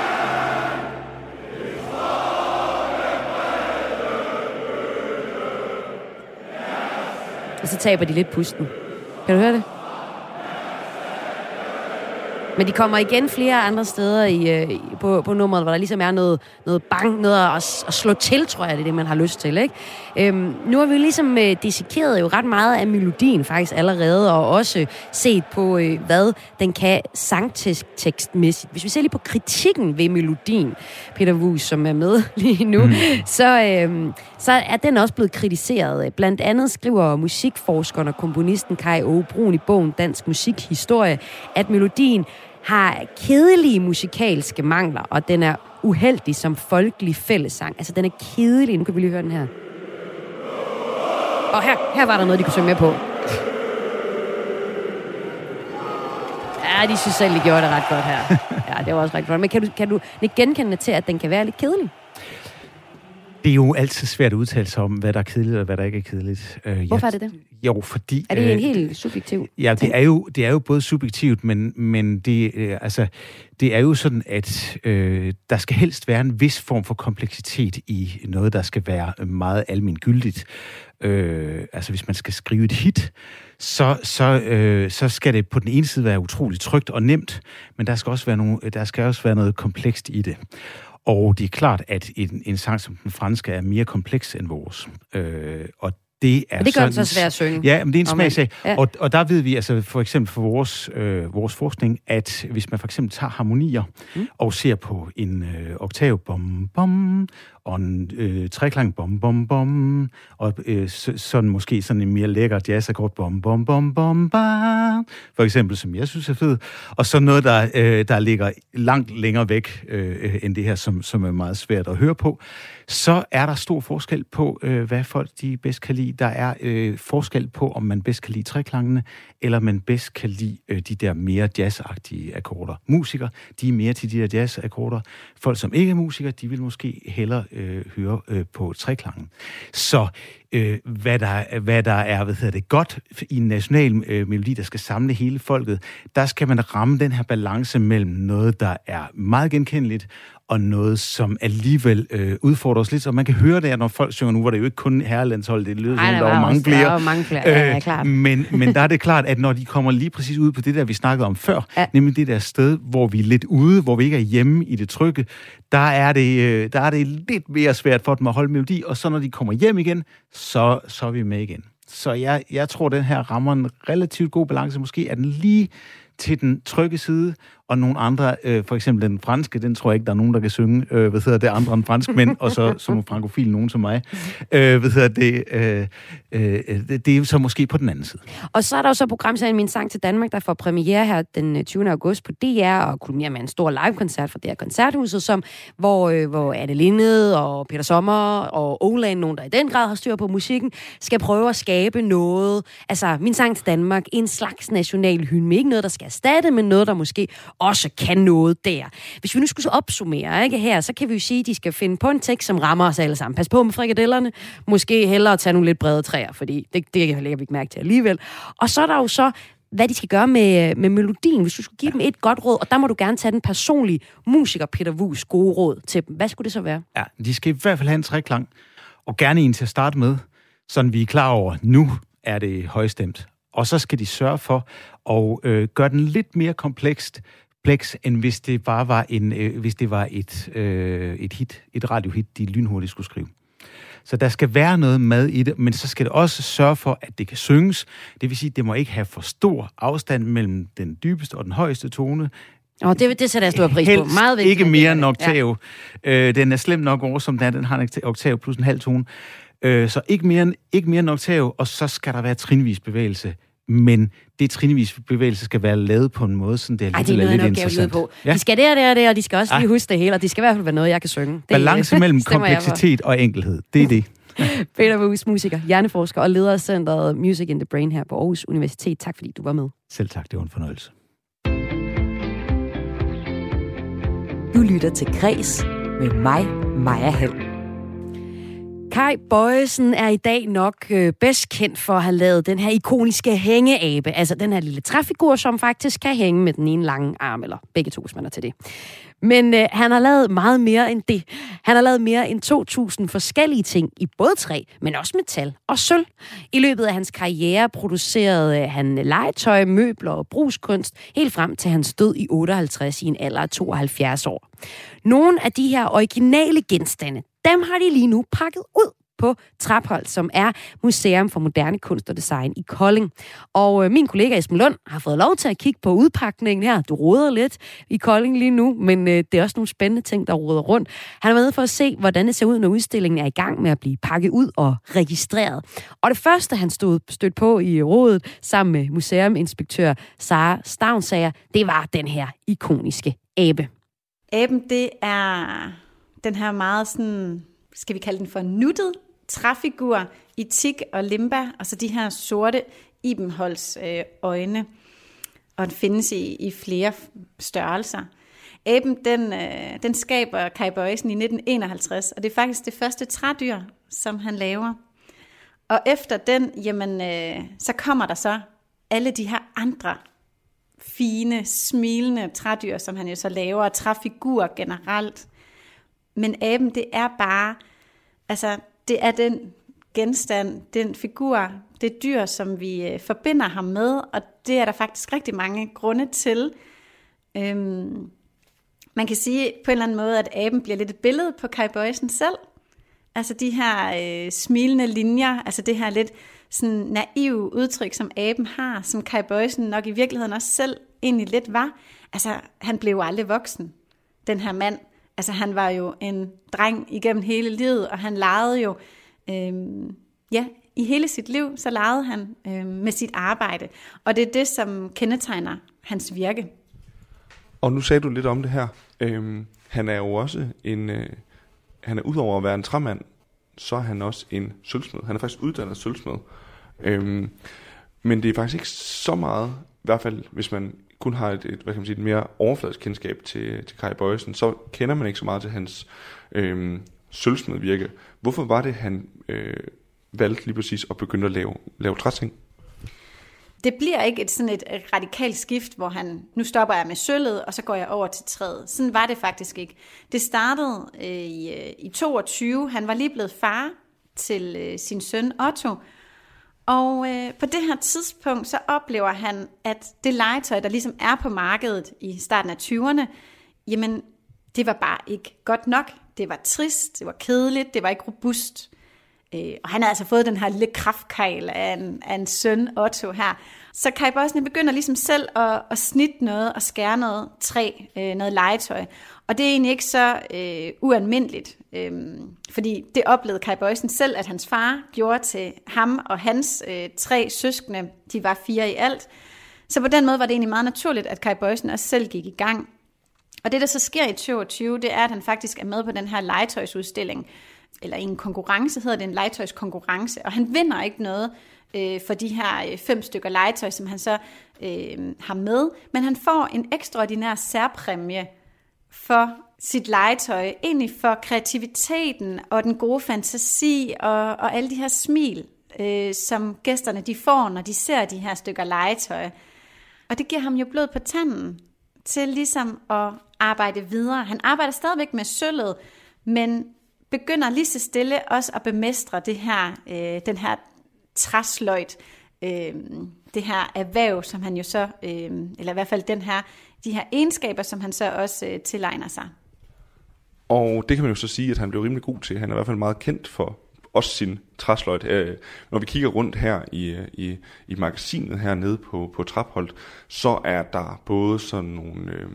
Og så taber de lidt pusten. Kan du høre det? Men de kommer igen flere andre steder i, øh, på, på nummeret, hvor der ligesom er noget, noget bang, noget at, at slå til, tror jeg, det er det, man har lyst til, ikke? Øhm, nu har vi ligesom øh, dissekeret jo ret meget af melodien faktisk allerede, og også set på, øh, hvad den kan sangtekstmæssigt. Hvis vi ser lige på kritikken ved melodien, Peter Wues, som er med lige nu, mm. så, øh, så er den også blevet kritiseret. Blandt andet skriver musikforskeren og komponisten Kai Aage Brun i bogen Dansk Musikhistorie, at melodien har kedelige musikalske mangler, og den er uheldig som folkelig fællessang. Altså, den er kedelig. Nu kan vi lige høre den her. Og her, her var der noget, de kunne synge med på. Ja, de synes selv, de gjorde det ret godt her. Ja, det var også ret godt. Men kan du, kan du genkende til, at den kan være lidt kedelig? Det er jo altid svært at udtale sig om, hvad der er kedeligt, og hvad der ikke er kedeligt. Hvorfor er det det? Jo, fordi... Er det en helt subjektiv Ja, det er, jo, det er jo både subjektivt, men, men det, øh, altså, det er jo sådan, at øh, der skal helst være en vis form for kompleksitet i noget, der skal være meget almengyldigt. Øh, altså, hvis man skal skrive et hit, så, så, øh, så skal det på den ene side være utroligt trygt og nemt, men der skal også være, nogle, der skal også være noget komplekst i det. Og det er klart, at en, en sang som den franske er mere kompleks end vores. Øh, og det er men det gør sådan, det så svært at synge. Ja, men det er en smagsag. Ja. Og, og der ved vi, altså for eksempel for vores, øh, vores forskning, at hvis man for eksempel tager harmonier mm. og ser på en øh, oktav bom bom og en øh, treklang bom bom bom og øh, så, sådan måske sådan en mere lækker jazzakkord bom bom bom bom bam, for eksempel, som jeg synes er fed, og så noget der øh, der ligger langt længere væk øh, end det her, som som er meget svært at høre på, så er der stor forskel på øh, hvad folk de bedst kan lide. Der er øh, forskel på, om man bedst kan lide treklangene, eller man bedst kan lide øh, de der mere jazzagtige akkorder. Musikere, de er mere til de der jazzakkorder. Folk, som ikke er musikere, de vil måske hellere øh, høre øh, på treklangen. Så øh, hvad, der, hvad der er hvad hedder det, godt i en national øh, melodi, der skal samle hele folket, der skal man ramme den her balance mellem noget, der er meget genkendeligt, og noget, som alligevel øh, udfordrer os lidt. Så man kan høre det, når folk synger nu, hvor det jo ikke kun herrelandshold, det lyder som, der var mange flere. Der var mange flere, ja, ja, klart. Øh, men, men der er det klart, at når de kommer lige præcis ud på det der, vi snakkede om før, ja. nemlig det der sted, hvor vi er lidt ude, hvor vi ikke er hjemme i det trygge, der er det, øh, der er det lidt mere svært for dem at holde melodi, og så når de kommer hjem igen, så, så er vi med igen. Så jeg, jeg tror, den her rammer en relativt god balance. Måske er den lige til den trygge side, og nogle andre, øh, for eksempel den franske, den tror jeg ikke, der er nogen, der kan synge, øh, hvad hedder det, andre end franskmænd, og så som frankofil, nogen som mig. Øh, hvad hedder det, øh, øh, det, det er så måske på den anden side. Og så er der jo så programserien Min Sang til Danmark, der får premiere her den tyvende august på D R, og kulminerer med en stor live-koncert fra D R Koncerthuset, som, hvor, øh, hvor Anne Linnet og Peter Sommer og Olan, nogen der i den grad har styr på musikken, skal prøve at skabe noget, altså Min Sang til Danmark, en slags national hymne, ikke noget, der skal erstatte, men noget, der måske også kan noget der. Hvis vi nu skulle så opsummere, ikke her, så kan vi jo sige, at de skal finde på en tekst, som rammer os alle sammen. Pas på med frikadellerne. Måske hellere tage nogle lidt brede træer, fordi det, det kan jeg ikke mærke til alligevel. Og så er der jo så, hvad de skal gøre med, med melodien, hvis du skulle give ja. dem et godt råd, og der må du gerne tage den personlige musiker Peter Wues gode råd til dem. Hvad skulle det så være? Ja, de skal i hvert fald have en treklang, og gerne en til at starte med, sådan vi er klar over, nu er det højstemt. Og så skal de sørge for at øh, gøre den lidt mere komplekst, kompleks, end hvis det bare var en, øh, hvis det var et, øh, et hit, et radiohit, de lynhurtigt skulle skrive. Så der skal være noget mad i det, men så skal det også sørge for, at det kan synges. Det vil sige, at det må ikke have for stor afstand mellem den dybeste og den højeste tone. Og det, det sætter jeg stor pris på. Meget vigtigt. Ikke mere end oktav. Ja. Øh, den er slemt nok over, som den er. Den har en oktav plus en halv tone. Øh, så ikke mere, end, ikke mere end oktav, og så skal der være trinvis bevægelse. Men det trinvis bevægelse skal være lavet på en måde, sådan det er lidt, Ej, det er lidt interessant. På. Ja. De skal der, der, der, og de skal også lige huske det hele, og de skal i hvert fald være noget, jeg kan synge. Det balance mellem kompleksitet og enkelhed, det er det. Peter Wues, musiker, hjerneforsker og leder af centret Music in the Brain her på Aarhus Universitet. Tak fordi du var med. Selv tak, det var en fornøjelse. Du lytter til Græs med mig, Maja Hall. Kai Bojesen er i dag nok øh, bedst kendt for at have lavet den her ikoniske hængeabe, altså den her lille træfigur, som faktisk kan hænge med den ene lange arm, eller begge to, hvis man er til det. Men øh, han har lavet meget mere end det. Han har lavet mere end to tusind forskellige ting i både træ, men også metal og sølv. I løbet af hans karriere producerede han legetøj, møbler og brugskunst, helt frem til hans død i otteoghalvtreds i en alder af tooghalvfjerds år. Nogle af de her originale genstande, dem har de lige nu pakket ud på Trapholt, som er Museum for Moderne Kunst og Design i Kolding. Og øh, min kollega Esben Lund har fået lov til at kigge på udpakningen her. Du roder lidt i Kolding lige nu, men øh, det er også nogle spændende ting, der roder rundt. Han er med for at se, hvordan det ser ud, når udstillingen er i gang med at blive pakket ud og registreret. Og det første, han stod stødt på i rådet sammen med museuminspektør Sara Stavnsager, det var den her ikoniske abe. Aben, det er den her meget sådan, skal vi kalde den for nuttet træfigur i tik og limba, og så de her sorte ibenholds øh, øjne, og den findes i, i flere størrelser. Aben, den, øh, den skaber Kai Bojesen i nitten enoghalvtreds, og det er faktisk det første trædyr, som han laver. Og efter den, jamen, øh, så kommer der så alle de her andre fine, smilende trædyr, som han jo så laver, og træfigurer generelt. Men aben, det er bare, altså, det er den genstand, den figur, det dyr, som vi øh, forbinder ham med, og det er der faktisk rigtig mange grunde til. Øhm, man kan sige på en eller anden måde, at aben bliver lidt et billede på Kai Bojesen selv. Altså de her øh, smilende linjer, altså det her lidt sådan naive udtryk, som aben har, som Kai Bojesen nok i virkeligheden også selv egentlig lidt var. Altså, han blev aldrig voksen, den her mand. Altså, han var jo en dreng igennem hele livet, og han legede jo, øh, ja, i hele sit liv, så legede han øh, med sit arbejde. Og det er det, som kendetegner hans virke. Og nu sagde du lidt om det her. Øhm, han er jo også en, øh, han er udover at være en træmand, så er han også en sølvsmed. Han er faktisk uddannet sølvsmed. Øhm, men det er faktisk ikke så meget, i hvert fald hvis man kun har et, et, hvad kan man sige, et mere overfladisk kendskab til, til Kai Bojesen, så kender man ikke så meget til hans øh, sølvsmedvirke. Hvorfor var det, han øh, valgte lige præcis at begynde at lave, lave træting? det bliver ikke et sådan et radikalt skift, hvor han, nu stopper jeg med sølvet, og så går jeg over til træet. Sådan var det faktisk ikke. Det startede øh, i, i toogtyve. Han var lige blevet far til øh, sin søn Otto. Og øh, på det her tidspunkt, så oplever han, at det legetøj, der ligesom er på markedet i starten af tyverne, jamen, det var bare ikke godt nok. Det var trist, det var kedeligt, det var ikke robust. Øh, og han har altså fået den her lille kraftkejl af en, af en søn, Otto, her. Så Kai Boysen begynder ligesom selv at, at snitte noget og skære noget træ, øh, noget legetøj. Og det er egentlig ikke så øh, ualmindeligt, øh, fordi det oplevede Kai Boysen selv, at hans far gjorde til ham og hans øh, tre søskende. De var fire i alt. Så på den måde var det egentlig meget naturligt, at Kai Boysen også selv gik i gang. Og det, der så sker i toogtyve, det er, at han faktisk er med på den her legetøjsudstilling, eller en konkurrence, hedder det en legetøjskonkurrence, og han vinder ikke noget øh, for de her øh, fem stykker legetøj, som han så øh, har med, men han får en ekstraordinær særpræmie for sit legetøj, egentlig for kreativiteten og den gode fantasi og, og alle de her smil, øh, som gæsterne de får, når de ser de her stykker legetøj. Og det giver ham jo blod på tanden til ligesom at arbejde videre. Han arbejder stadigvæk med sølvet, men begynder lige så stille også at bemestre det her, øh, den her træsløjt, øh, det her erhverv, som han jo så, øh, eller i hvert fald den her, de her egenskaber, som han så også øh, tilegner sig. Og det kan man jo så sige, at han blev rimelig god til. Han er i hvert fald meget kendt for også sin træsløjt. Øh, når vi kigger rundt her i, i, i magasinet hernede på, på Trapholt, så er der både sådan nogle øh,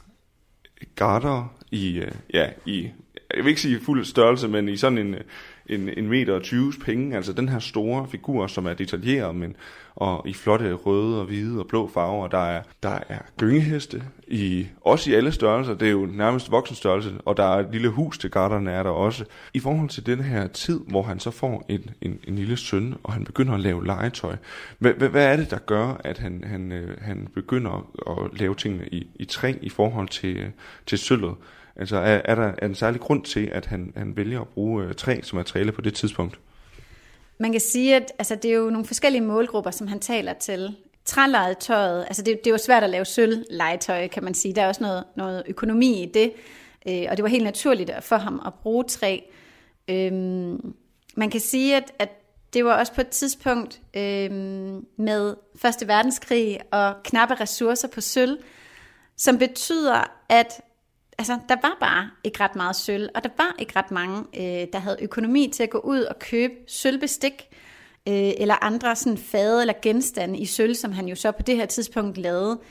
garter i, øh, ja, i jeg vil ikke sige fuld størrelse, men i sådan en, en, en meter og tyves penge, altså den her store figur, som er detaljeret, men og i flotte røde og hvide og blå farver. Der er, der er gyngeheste, i, også i alle størrelser, det er jo nærmest voksenstørrelse, og der er et lille hus til garterne er der også. I forhold til den her tid, hvor han så får en, en, en lille søn, og han begynder at lave legetøj, hvad, hvad er det, der gør, at han, han, han begynder at lave tingene i, i træ i forhold til, til sølvet? Altså er, er der en særlig grund til, at han, han vælger at bruge uh, træ som materiale på det tidspunkt? Man kan sige, at altså, det er jo nogle forskellige målgrupper, som han taler til. Trælegetøjet, altså det, det er jo svært at lave sølvlegetøj, kan man sige. Der er også noget, noget økonomi i det, øh, og det var helt naturligt for ham at bruge træ. Øh, man kan sige, at, at det var også på et tidspunkt øh, med Første Verdenskrig og knappe ressourcer på sølv, som betyder, at altså, der var bare ikke ret meget sølv, og der var ikke ret mange, øh, der havde økonomi til at gå ud og købe sølvbestik, øh, eller andre sådan fade eller genstande i sølv, som han jo så på det her tidspunkt lavede.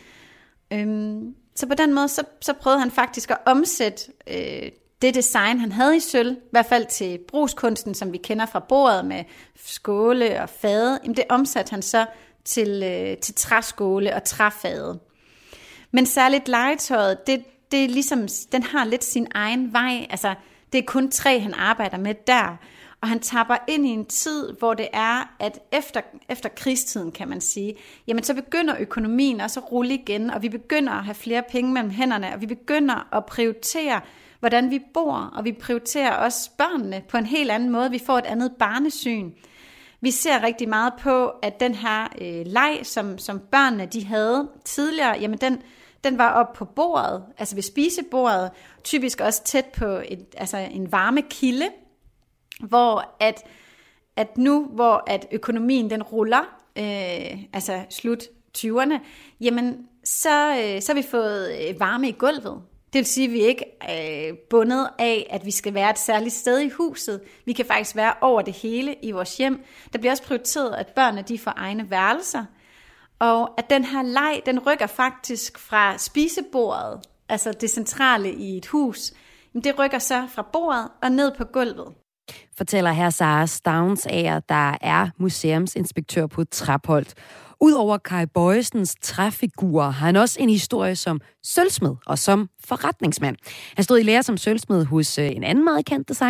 Øhm, så på den måde, så, så prøvede han faktisk at omsætte øh, det design, han havde i sølv, i hvert fald til brugskunsten, som vi kender fra bordet med skåle og fade, jamen det omsatte han så til, øh, til træskåle og træfade. Men særligt legetøjet, det Det er ligesom, den har lidt sin egen vej, altså det er kun træ, han arbejder med der, og han tapper ind i en tid, hvor det er, at efter, efter krigstiden, kan man sige, jamen så begynder økonomien også at rulle igen, og vi begynder at have flere penge mellem hænderne, og vi begynder at prioritere, hvordan vi bor, og vi prioriterer også børnene på en helt anden måde, vi får et andet barnesyn. Vi ser rigtig meget på, at den her øh, leg, som, som børnene de havde tidligere, jamen den Den var oppe på bordet, altså ved spisebordet, typisk også tæt på et, altså en varme kilde, hvor at, at nu, hvor at økonomien den ruller, øh, altså slut tyverne, jamen så, øh, så har vi fået varme i gulvet. Det vil sige, at vi ikke er bundet af, at vi skal være et særligt sted i huset. Vi kan faktisk være over det hele i vores hjem. Der bliver også prioriteret, at børnene de får egne værelser. Og at den her leg, den rykker faktisk fra spisebordet, altså det centrale i et hus, det rykker så fra bordet og ned på gulvet. Fortæller her Sara Stavnsager, der er museumsinspektør på Trapholt. Udover Kai Boysens træfigurer har han også en historie som sølvsmed og som forretningsmand. Han stod i lære som sølvsmed hos en anden meget kendt designer,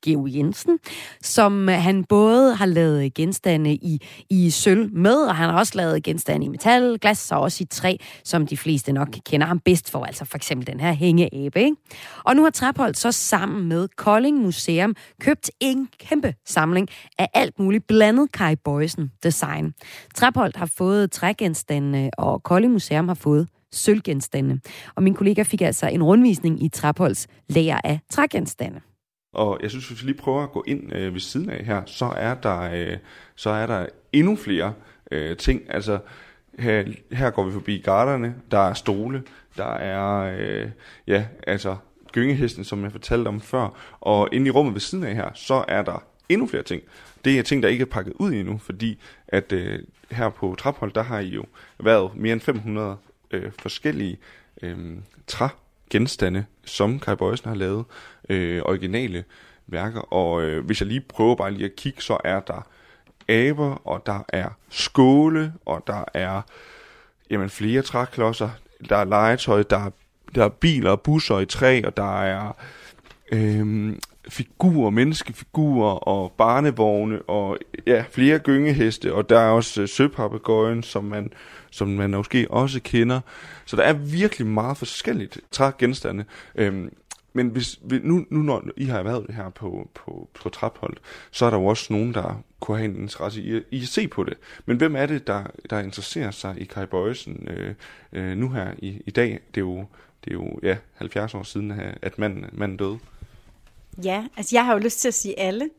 Geo Jensen, som han både har lavet genstande i, i sølv med, og han har også lavet genstande i metal, glas og også i træ, som de fleste nok kender ham bedst for, altså for eksempel den her hængeabe, ikke? Og nu har Trapholt så sammen med Kolding Museum købt en kæmpe samling af alt muligt blandet Kai Boysen design. Trapholt har fået trægenstande, og Kolding Museum har fået sølvgenstande. Og min kollega fik altså en rundvisning i Trapholts lager af trægenstande. Og jeg synes, hvis vi lige prøver at gå ind øh, ved siden af her, så er der, øh, så er der endnu flere øh, ting. Altså, her, her går vi forbi garderne, der er stole, der er, øh, ja, altså gyngehesten, som jeg fortalte om før. Og inde i rummet ved siden af her, så er der endnu flere ting. Det er ting, der ikke er pakket ud endnu, fordi at øh, her på Trapholt, der har I jo været mere end fem hundrede øh, forskellige øh, trægenstande, som Kai Boysen har lavet, øh, originale værker. Og øh, hvis jeg lige prøver bare lige at kigge, så er der aber, og der er skåle, og der er jamen, flere træklodser, der er legetøj, der er, der er biler og busser i træ, og der er øh, figurer, menneskefigurer og barnevogne, og ja, flere gyngeheste, og der er også øh, søpapegøjen, som man, som man måske også kender. Så der er virkelig meget forskelligt trægenstande. Øhm, men hvis, nu, nu når I har været det her på, på, på Trapholt, så er der jo også nogen, der kunne have en interesse i, i at se på det. Men hvem er det, der, der interesserer sig i Kai Boysen øh, øh, nu her i, i dag? Det er jo, det er jo ja, halvfjerds år siden, at manden, manden døde. Ja, altså jeg har jo lyst til at sige alle.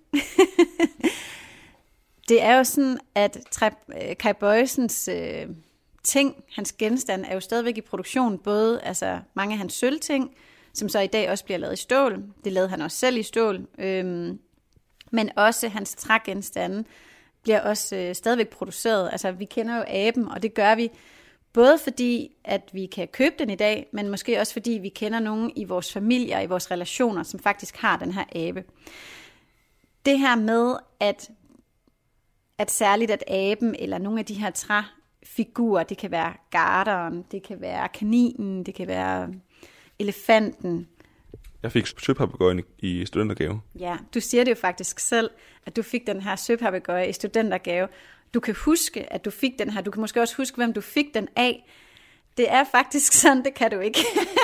Det er jo sådan, at Kai Boysens øh, ting, hans genstand, er jo stadigvæk i produktion. Både altså, mange af hans sølvting, som så i dag også bliver lavet i stål. Det lavede han også selv i stål. Øhm, men også hans trægenstande bliver også øh, stadigvæk produceret. Altså vi kender jo aben, og det gør vi både fordi, at vi kan købe den i dag, men måske også fordi, vi kender nogen i vores familier, i vores relationer, som faktisk har den her abe. Det her med, at, at særligt at aben, eller nogle af de her træfigurer, det kan være garderen, det kan være kaninen, det kan være elefanten. Jeg fik søpapegøjen i studentergave. Ja, du siger det jo faktisk selv, at du fik den her søpapegøje i studentergave. Du kan huske, at du fik den her. Du kan måske også huske, hvem du fik den af. Det er faktisk sådan, det kan du ikke.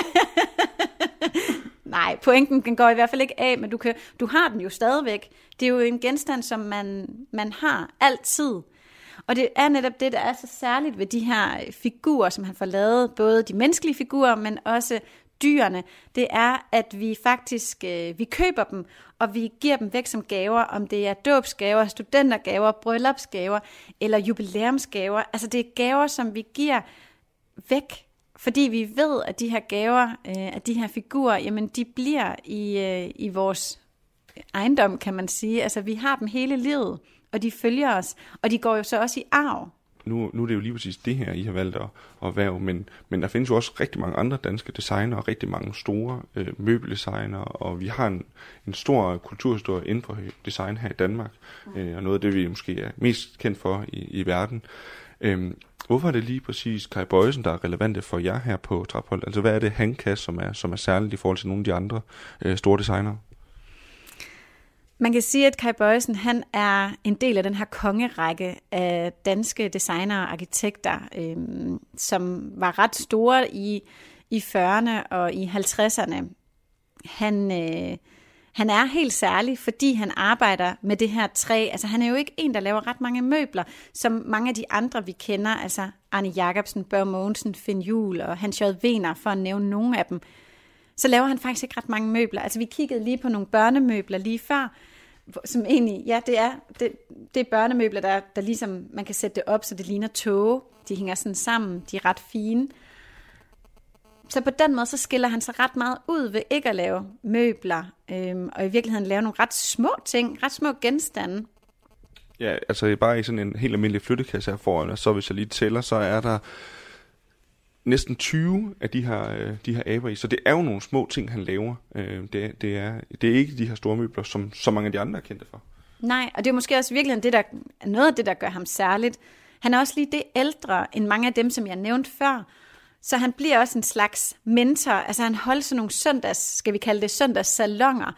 Nej, pointen går i hvert fald ikke af, men du, kan, du har den jo stadigvæk. Det er jo en genstand, som man, man har altid. Og det er netop det, der er så særligt ved de her figurer, som han får lavet. Både de menneskelige figurer, men også dyrene. Det er, at vi faktisk øh, vi køber dem, og vi giver dem væk som gaver, om det er dåbsgaver, studentergaver, bryllupsgaver eller jubilæumsgaver. Altså det er gaver, som vi giver væk, fordi vi ved, at de her gaver, øh, at de her figurer, jamen de bliver i, øh, i vores ejendom, kan man sige. Altså vi har dem hele livet, og de følger os, og de går jo så også i arv. Nu, nu er det jo lige præcis det her, I har valgt at, at være, men, men der findes jo også rigtig mange andre danske designere, og rigtig mange store øh, møbeldesignere, og vi har en, en stor kulturhistorie inden for design her i Danmark, mm. øh, og noget af det, vi måske er mest kendt for i, i verden. Øhm, hvorfor er det lige præcis Kai Boysen, der er relevante for jer her på Trapholt? Altså hvad er det, han kan, som er, som er særligt i forhold til nogle af de andre øh, store designere? Man kan sige, at Kai Boysen, han er en del af den her kongerække af danske designere og arkitekter, øhm, som var ret store i, i fyrrerne og i halvtredserne. Han, øh, han er helt særlig, fordi han arbejder med det her træ. Altså, han er jo ikke en, der laver ret mange møbler, som mange af de andre, vi kender, altså Arne Jacobsen, Børge Mogensen, Finn Juhl og Hans J. Wehner, for at nævne nogle af dem. Så laver han faktisk ikke ret mange møbler. Altså vi kiggede lige på nogle børnemøbler lige før, som egentlig, ja, det er, det, det er børnemøbler, der, der ligesom, man kan sætte det op, så det ligner tåge. De hænger sådan sammen, de er ret fine. Så på den måde, så skiller han sig ret meget ud ved ikke at lave møbler, øhm, og i virkeligheden lave nogle ret små ting, ret små genstande. Ja, altså bare i sådan en helt almindelig flyttekasse her foran, og så hvis jeg lige tæller, så er der næsten tyve af de her, de her aber i, så det er jo nogle små ting, han laver. Det, det, er, det er ikke de her store møbler, som så mange af de andre er kendte for. Nej, og det er måske også virkelig det, der, noget af det, der gør ham særligt. Han er også lige det ældre end mange af dem, som jeg nævnte før, så han bliver også en slags mentor. Altså han holder sådan nogle søndags, skal vi kalde det søndagssalonger,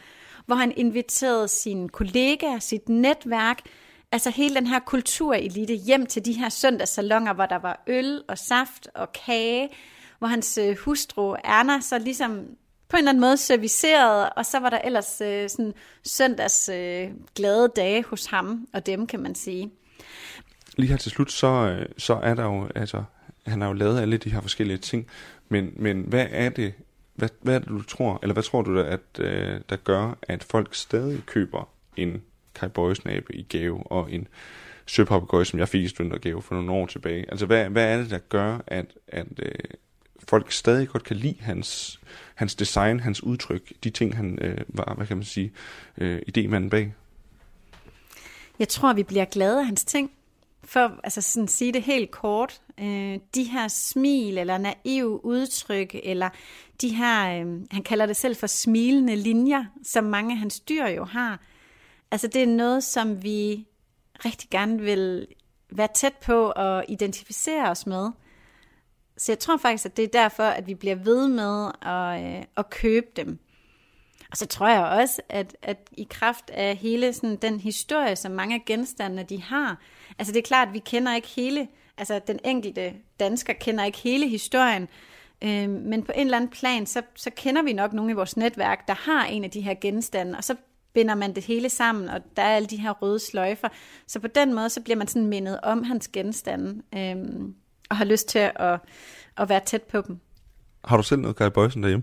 hvor han inviterede sine kollegaer, sit netværk, altså hele den her kulturelite hjem til de her søndagssalonger, hvor der var øl og saft og kage, hvor hans øh, hustru Erna så ligesom på en eller anden måde servicerede, og så var der ellers øh, sådan søndags øh, glade dage hos ham og dem, kan man sige. Lige her til slut, så, så er der jo, altså, han har jo lavet alle de her forskellige ting, men, men hvad er det, hvad, hvad er det, du tror, eller hvad tror du, der, at, øh, der gør, at folk stadig køber en Kay Boysen-abe i gave, og en søpapegøje, som jeg fik i studentergave for nogle år tilbage? Altså, hvad, hvad er det, der gør, at, at øh, folk stadig godt kan lide hans, hans design, hans udtryk, de ting, han øh, var, hvad kan man sige, øh, idémanden bag? Jeg tror, vi bliver glade af hans ting. For altså sådan sige det helt kort, øh, de her smil eller naive udtryk, eller de her, øh, han kalder det selv for smilende linjer, som mange af hans dyr jo har. Altså det er noget, som vi rigtig gerne vil være tæt på og identificere os med. Så jeg tror faktisk, at det er derfor, at vi bliver ved med at, øh, at købe dem. Og så tror jeg også, at, at i kraft af hele sådan, den historie, som mange af genstandene de har, altså det er klart, at vi kender ikke hele, altså den enkelte dansker kender ikke hele historien, øh, men på en eller anden plan, så, så kender vi nok nogle i vores netværk, der har en af de her genstande, og så binder man det hele sammen, og der er alle de her røde sløjfer. Så på den måde, så bliver man sådan mindet om hans genstande, øh, og har lyst til at, at være tæt på dem. Har du selv noget Kay Boysen derhjemme?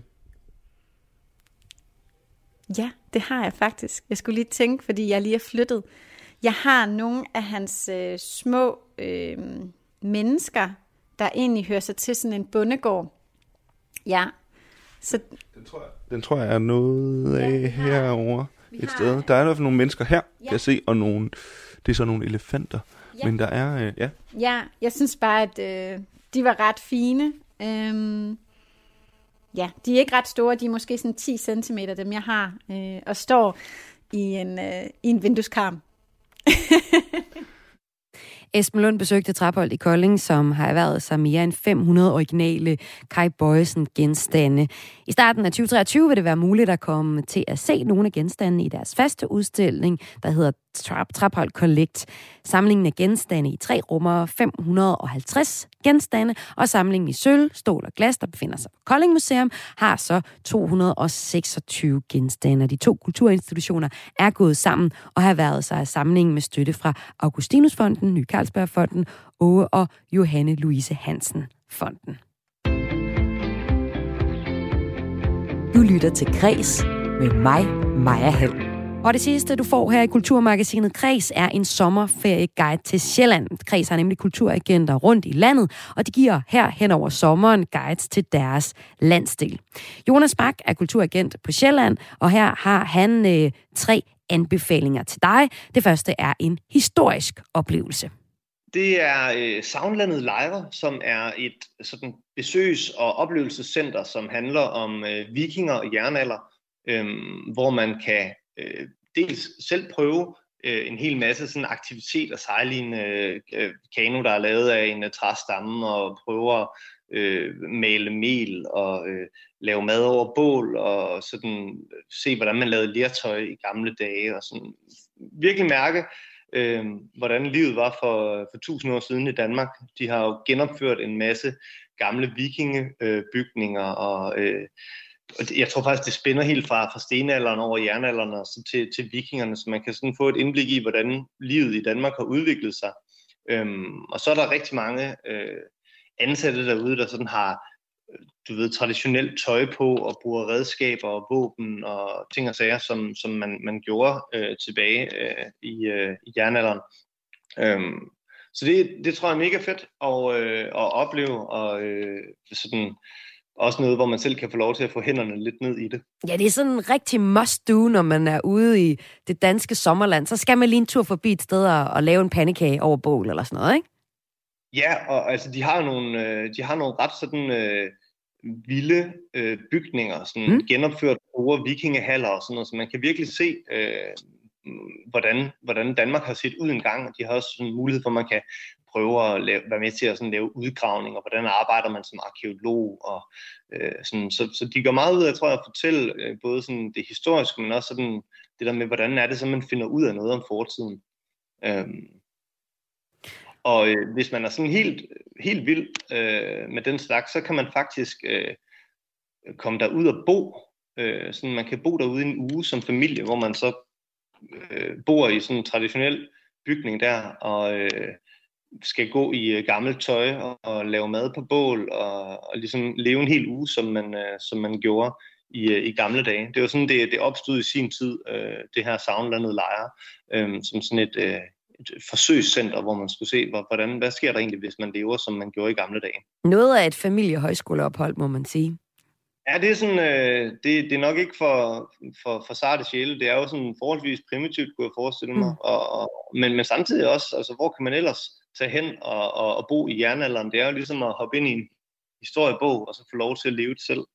Ja, det har jeg faktisk. Jeg skulle lige tænke, fordi jeg lige er flyttet. Jeg har nogle af hans øh, små øh, mennesker, der egentlig hører sig til sådan en bondegård. Ja. Så... Den, tror jeg, den tror jeg er noget af ja, herovre et har, sted. Der er i hvert fald nogle mennesker her, ja. kan jeg se, og nogle, det er så nogle elefanter. Ja. Men der er, øh, ja. Ja, jeg synes bare, at øh, de var ret fine. Øhm, Ja, de er ikke ret store, de er måske sådan ti centimeter, dem jeg har, øh, og står i en, øh, i en vindueskarm. Esben Lund besøgte Trapholt i Kolding, som har erhvervet sig mere end fem hundrede originale Kay Boysen genstande. I starten af tyve treogtyve vil det være muligt at komme til at se nogle af genstandene i deres faste udstilling, der hedder Trapholt Collect. Samlingen af genstande i træ rummer fem hundrede og halvtreds genstande, og samlingen i sølv, stål og glas, der befinder sig på Kolding Museum, har så to hundrede og seksogtyve genstande. De to kulturinstitutioner er gået sammen og har været sig af samlingen med støtte fra Augustinusfonden, Ny Carlsbergfonden, Åge og Johanne Louise Hansen Fonden. Du lytter til Kres med mig, Maja Hall. Og det sidste, du får her i Kulturmagasinet Kres, er en sommerferieguide til Sjælland. Kres har nemlig kulturagenter rundt i landet, og de giver her hen over sommeren guides til deres landsdel. Jonas Bak er kulturagent på Sjælland, og her har han øh, tre anbefalinger til dig. Det første er en historisk oplevelse. Det er øh, Sagnlandet Lejre, som er et sådan besøgs- og oplevelsescenter, som handler om øh, vikinger og jernalder, øh, hvor man kan øh, dels selv prøve øh, en hel masse sådan aktivitet og sejle i en øh, kano, der er lavet af en øh, træstamme, og prøve at øh, male mel og øh, lave mad over bål og sådan se, hvordan man lavede lertøj i gamle dage og sådan virkelig mærke, Øh, hvordan livet var for, for tusind år siden i Danmark. De har jo genopført en masse gamle vikingebygninger, øh, og, øh, og jeg tror faktisk, det spænder helt fra, fra stenalderen over jernalderen og så til, til vikingerne, så man kan sådan få et indblik i, hvordan livet i Danmark har udviklet sig. Øhm, og så er der rigtig mange øh, ansatte derude, der sådan har du ved, traditionelt tøj på og bruger redskaber og våben og ting og sager, som, som man, man gjorde øh, tilbage øh, i, øh, i jernalderen. Øhm, så det, det tror jeg er mega fedt at, øh, at opleve, og øh, sådan, også noget, hvor man selv kan få lov til at få hænderne lidt ned i det. Ja, det er sådan en rigtig must-do, når man er ude i det danske sommerland. Så skal man lige en tur forbi et sted og, og lave en pandekage over bål eller sådan noget, ikke? Ja, og altså, de har nogle, øh, de har nogle ret sådan øh, vilde øh, bygninger, sådan mm. genopført store vikingehaller og sådan noget, så man kan virkelig se, øh, hvordan, hvordan Danmark har set ud engang, og de har også sådan en mulighed for, at man kan prøver at lave, være med til at sådan lave udgravninger, hvordan arbejder man som arkeolog, og øh, sådan, så, så de går meget ud af, tror jeg, at fortælle øh, både sådan det historiske, men også sådan det der med, hvordan er det, så man finder ud af noget om fortiden. Øhm, og øh, hvis man er sådan helt, helt vild øh, med den slags, så kan man faktisk øh, komme derud og bo. Øh, sådan, man kan bo derude i en uge som familie, hvor man så øh, bor i sådan en traditionel bygning der, og øh, skal gå i øh, gammelt tøj og, og lave mad på bål, og, og ligesom leve en hel uge, som man, øh, som man gjorde i, øh, i gamle dage. Det var sådan, det, det opstod i sin tid, øh, det her Sagnlandet Lejre, øh, som sådan et, øh, et forsøgscenter, hvor man skulle se, hvordan, hvad sker der egentlig, hvis man lever, som man gjorde i gamle dage. Noget af et familiehøjskoleophold, må man sige. Ja, det er sådan, øh, det, det er nok ikke for, for, for sarte sjæle. Det er jo sådan forholdsvis primitivt, kunne jeg forestille mig. Mm. Og, og, men, men samtidig også, altså, hvor kan man ellers tage hen og, og, og bo i jernalderen? Det er jo ligesom at hoppe ind i en historiebog, og så få lov til at leve det selv.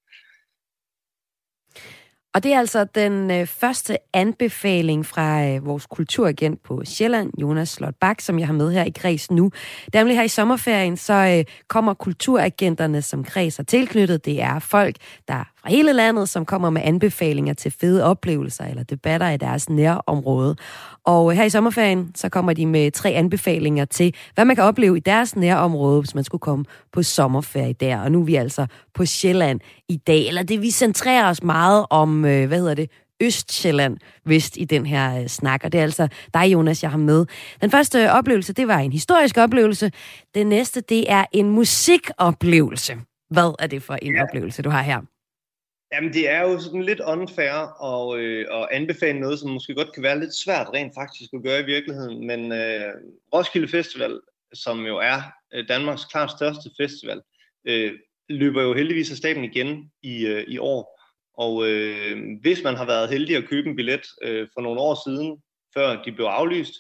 Og det er altså den øh, første anbefaling fra øh, vores kulturagent på Sjælland, Jonas Slot Bak, som jeg har med her i Kreds nu. Nemlig her i sommerferien, så øh, kommer kulturagenterne, som Kreds har tilknyttet. Det er folk, der fra hele landet, som kommer med anbefalinger til fede oplevelser eller debatter i deres nærområde. Og øh, her i sommerferien, så kommer de med tre anbefalinger til, hvad man kan opleve i deres nærområde, hvis man skulle komme på sommerferie der. Og nu er vi altså på Sjælland i dag. Eller det, vi centrerer os meget om, øh, hvad hedder det, Østsjælland, vist i den her øh, snak. Og det er altså dig, Jonas, jeg har med. Den første oplevelse, det var en historisk oplevelse. Den næste, det er en musikoplevelse. Hvad er det for en ja. oplevelse, du har her? Jamen, det er jo sådan lidt unfair at, øh, at anbefale noget, som måske godt kan være lidt svært rent faktisk at gøre i virkeligheden. Men øh, Roskilde Festival, som jo er øh, Danmarks klart største festival, øh, løber jo heldigvis af staben igen i, øh, i år. Og øh, hvis man har været heldig at købe en billet øh, for nogle år siden, før de blev aflyst,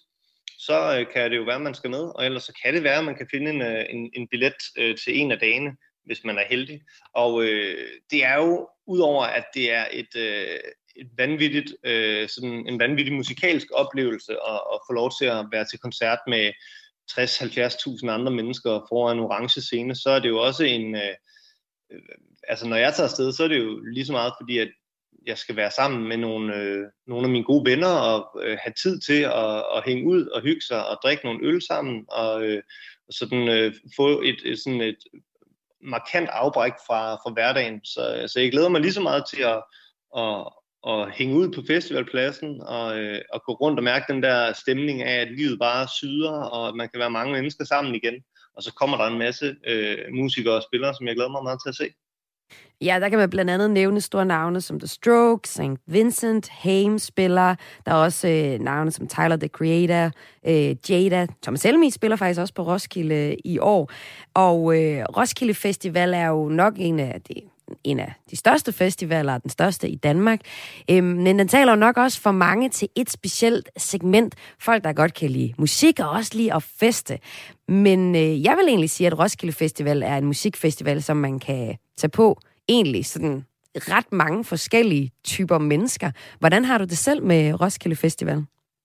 så øh, kan det jo være, at man skal med. Og ellers så kan det være, at man kan finde en, en, en billet øh, til en af dagene, hvis man er heldig. Og øh, det er jo, udover at det er et, øh, et vanvittigt, øh, sådan en vanvittig musikalsk oplevelse at, at få lov til at være til koncert med tres til halvfjerds tusind andre mennesker foran en orange scene, så er det jo også en... Øh, øh, altså når jeg tager afsted, så er det jo lige så meget fordi, at jeg skal være sammen med nogle, øh, nogle af mine gode venner og øh, have tid til at, at hænge ud og hygge sig og drikke nogle øl sammen og, øh, og sådan øh, få et, et, sådan et markant afbræk fra, fra hverdagen. Så, så jeg glæder mig lige så meget til at, at, at hænge ud på festivalpladsen og, øh, og gå rundt og mærke den der stemning af, at livet bare syder, og at man kan være mange mennesker sammen igen. Og så kommer der en masse øh, musikere og spillere, som jeg glæder mig meget til at se. Ja, der kan man blandt andet nævne store navne som The Strokes, Saint Vincent, Haim spiller. Der er også øh, navne som Tyler, The Creator, øh, Jada. Thomas Helmig spiller faktisk også på Roskilde i år. Og øh, Roskilde Festival er jo nok en af de, en af de største festivaler, den største i Danmark. Øhm, men den taler jo nok også for mange til et specielt segment. Folk, der godt kan lide musik og også lide at feste. Men øh, jeg vil egentlig sige, at Roskilde Festival er en musikfestival, som man kan tage på egentlig sådan ret mange forskellige typer mennesker. Hvordan har du det selv med Roskilde Festival?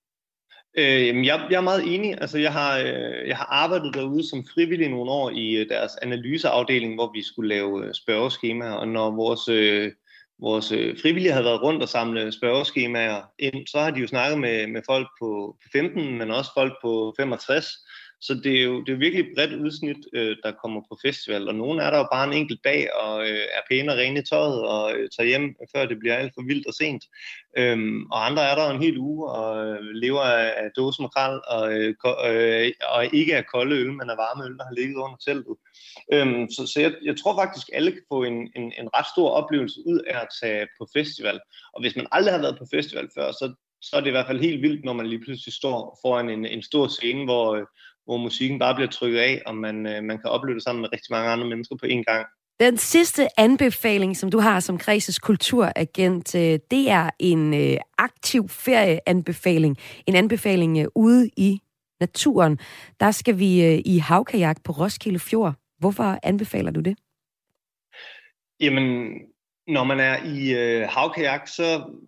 Øh, jeg, jeg er meget enig. Altså, jeg har, øh, jeg har arbejdet derude som frivillig nogle år i deres analyseafdeling, hvor vi skulle lave spørgeskemaer, og når vores, øh, vores frivillige havde været rundt og samle spørgeskemaer ind, så har de jo snakket med, med folk på femten, men også folk på femogtres. Så det er jo det er virkelig et bredt udsnit, øh, der kommer på festival, og nogle er der jo bare en enkelt dag, og øh, er pæne og rene i tøjet, og øh, tager hjem, før det bliver alt for vildt og sent. Øhm, og andre er der en hel uge, og øh, lever af, af dåsemakrel, og, øh, øh, og ikke af kolde øl, men af varme øl, der har ligget under teltet. Øhm, så så jeg, jeg tror faktisk, alle kan få en, en, en ret stor oplevelse ud af at tage på festival. Og hvis man aldrig har været på festival før, så, så er det i hvert fald helt vildt, når man lige pludselig står foran en, en stor scene, hvor... Øh, hvor musikken bare bliver trykket af, og man, øh, man kan opleve det sammen med rigtig mange andre mennesker på én gang. Den sidste anbefaling, som du har som Kreds' kulturagent, det er en øh, aktiv ferieanbefaling. En anbefaling øh, ude i naturen. Der skal vi øh, i havkajak på Roskilde Fjord. Hvorfor anbefaler du det? Jamen, når man er i øh, havkajak, så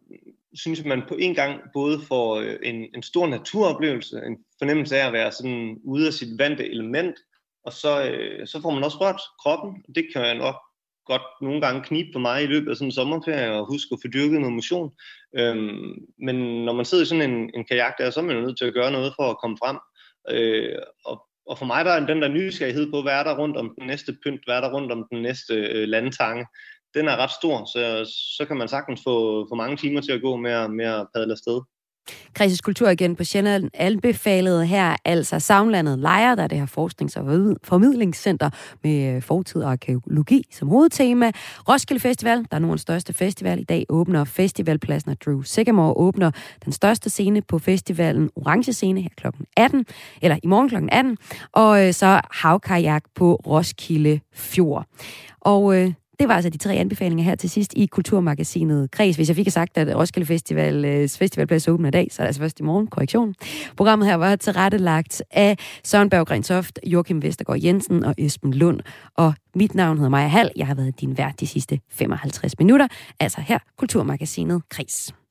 synes jeg, man på en gang både får en, en stor naturoplevelse, en fornemmelse af at være sådan ude af sit vante element, og så, øh, så får man også rørt kroppen. Det kan jeg nok godt nogle gange knibe for mig i løbet af sådan en sommerferie og huske at få dyrket noget motion. Øhm, men når man sidder i sådan en, en kajak der, så er man jo nødt til at gøre noget for at komme frem. Øh, og, og for mig der er den der nysgerrighed på, hvad er der rundt om den næste pynt, hvad er der rundt om den næste øh, landtange, den er ret stor, så, så kan man sagtens få, få mange timer til at gå med at, med at padle afsted. Kredses Kultur igen på Sjælland anbefalede her altså Sagnlandet Lejre, der er det her forsknings- og formidlingscenter med fortid og arkæologi som hovedtema. Roskilde Festival, der er Nordens største festival. I dag åbner festivalpladsen, og Drew Sigamore åbner den største scene på festivalen, Orange Scene, her klokken atten, eller i morgen klokken atten, og så havkajak på Roskilde Fjord. Og øh, det var altså de tre anbefalinger her til sidst i Kulturmagasinet Kreds. Hvis jeg fik sagt, at Roskilde Festivals festivalplads åbner i dag, så er det altså først i morgen. Korrektion. Programmet her var tilrettelagt af Søren Berggren Toft, Joachim Vestergaard Jensen og Esben Lund. Og mit navn hedder Maja Hall. Jeg har været din vært de sidste femoghalvtreds minutter. Altså her Kulturmagasinet Kreds.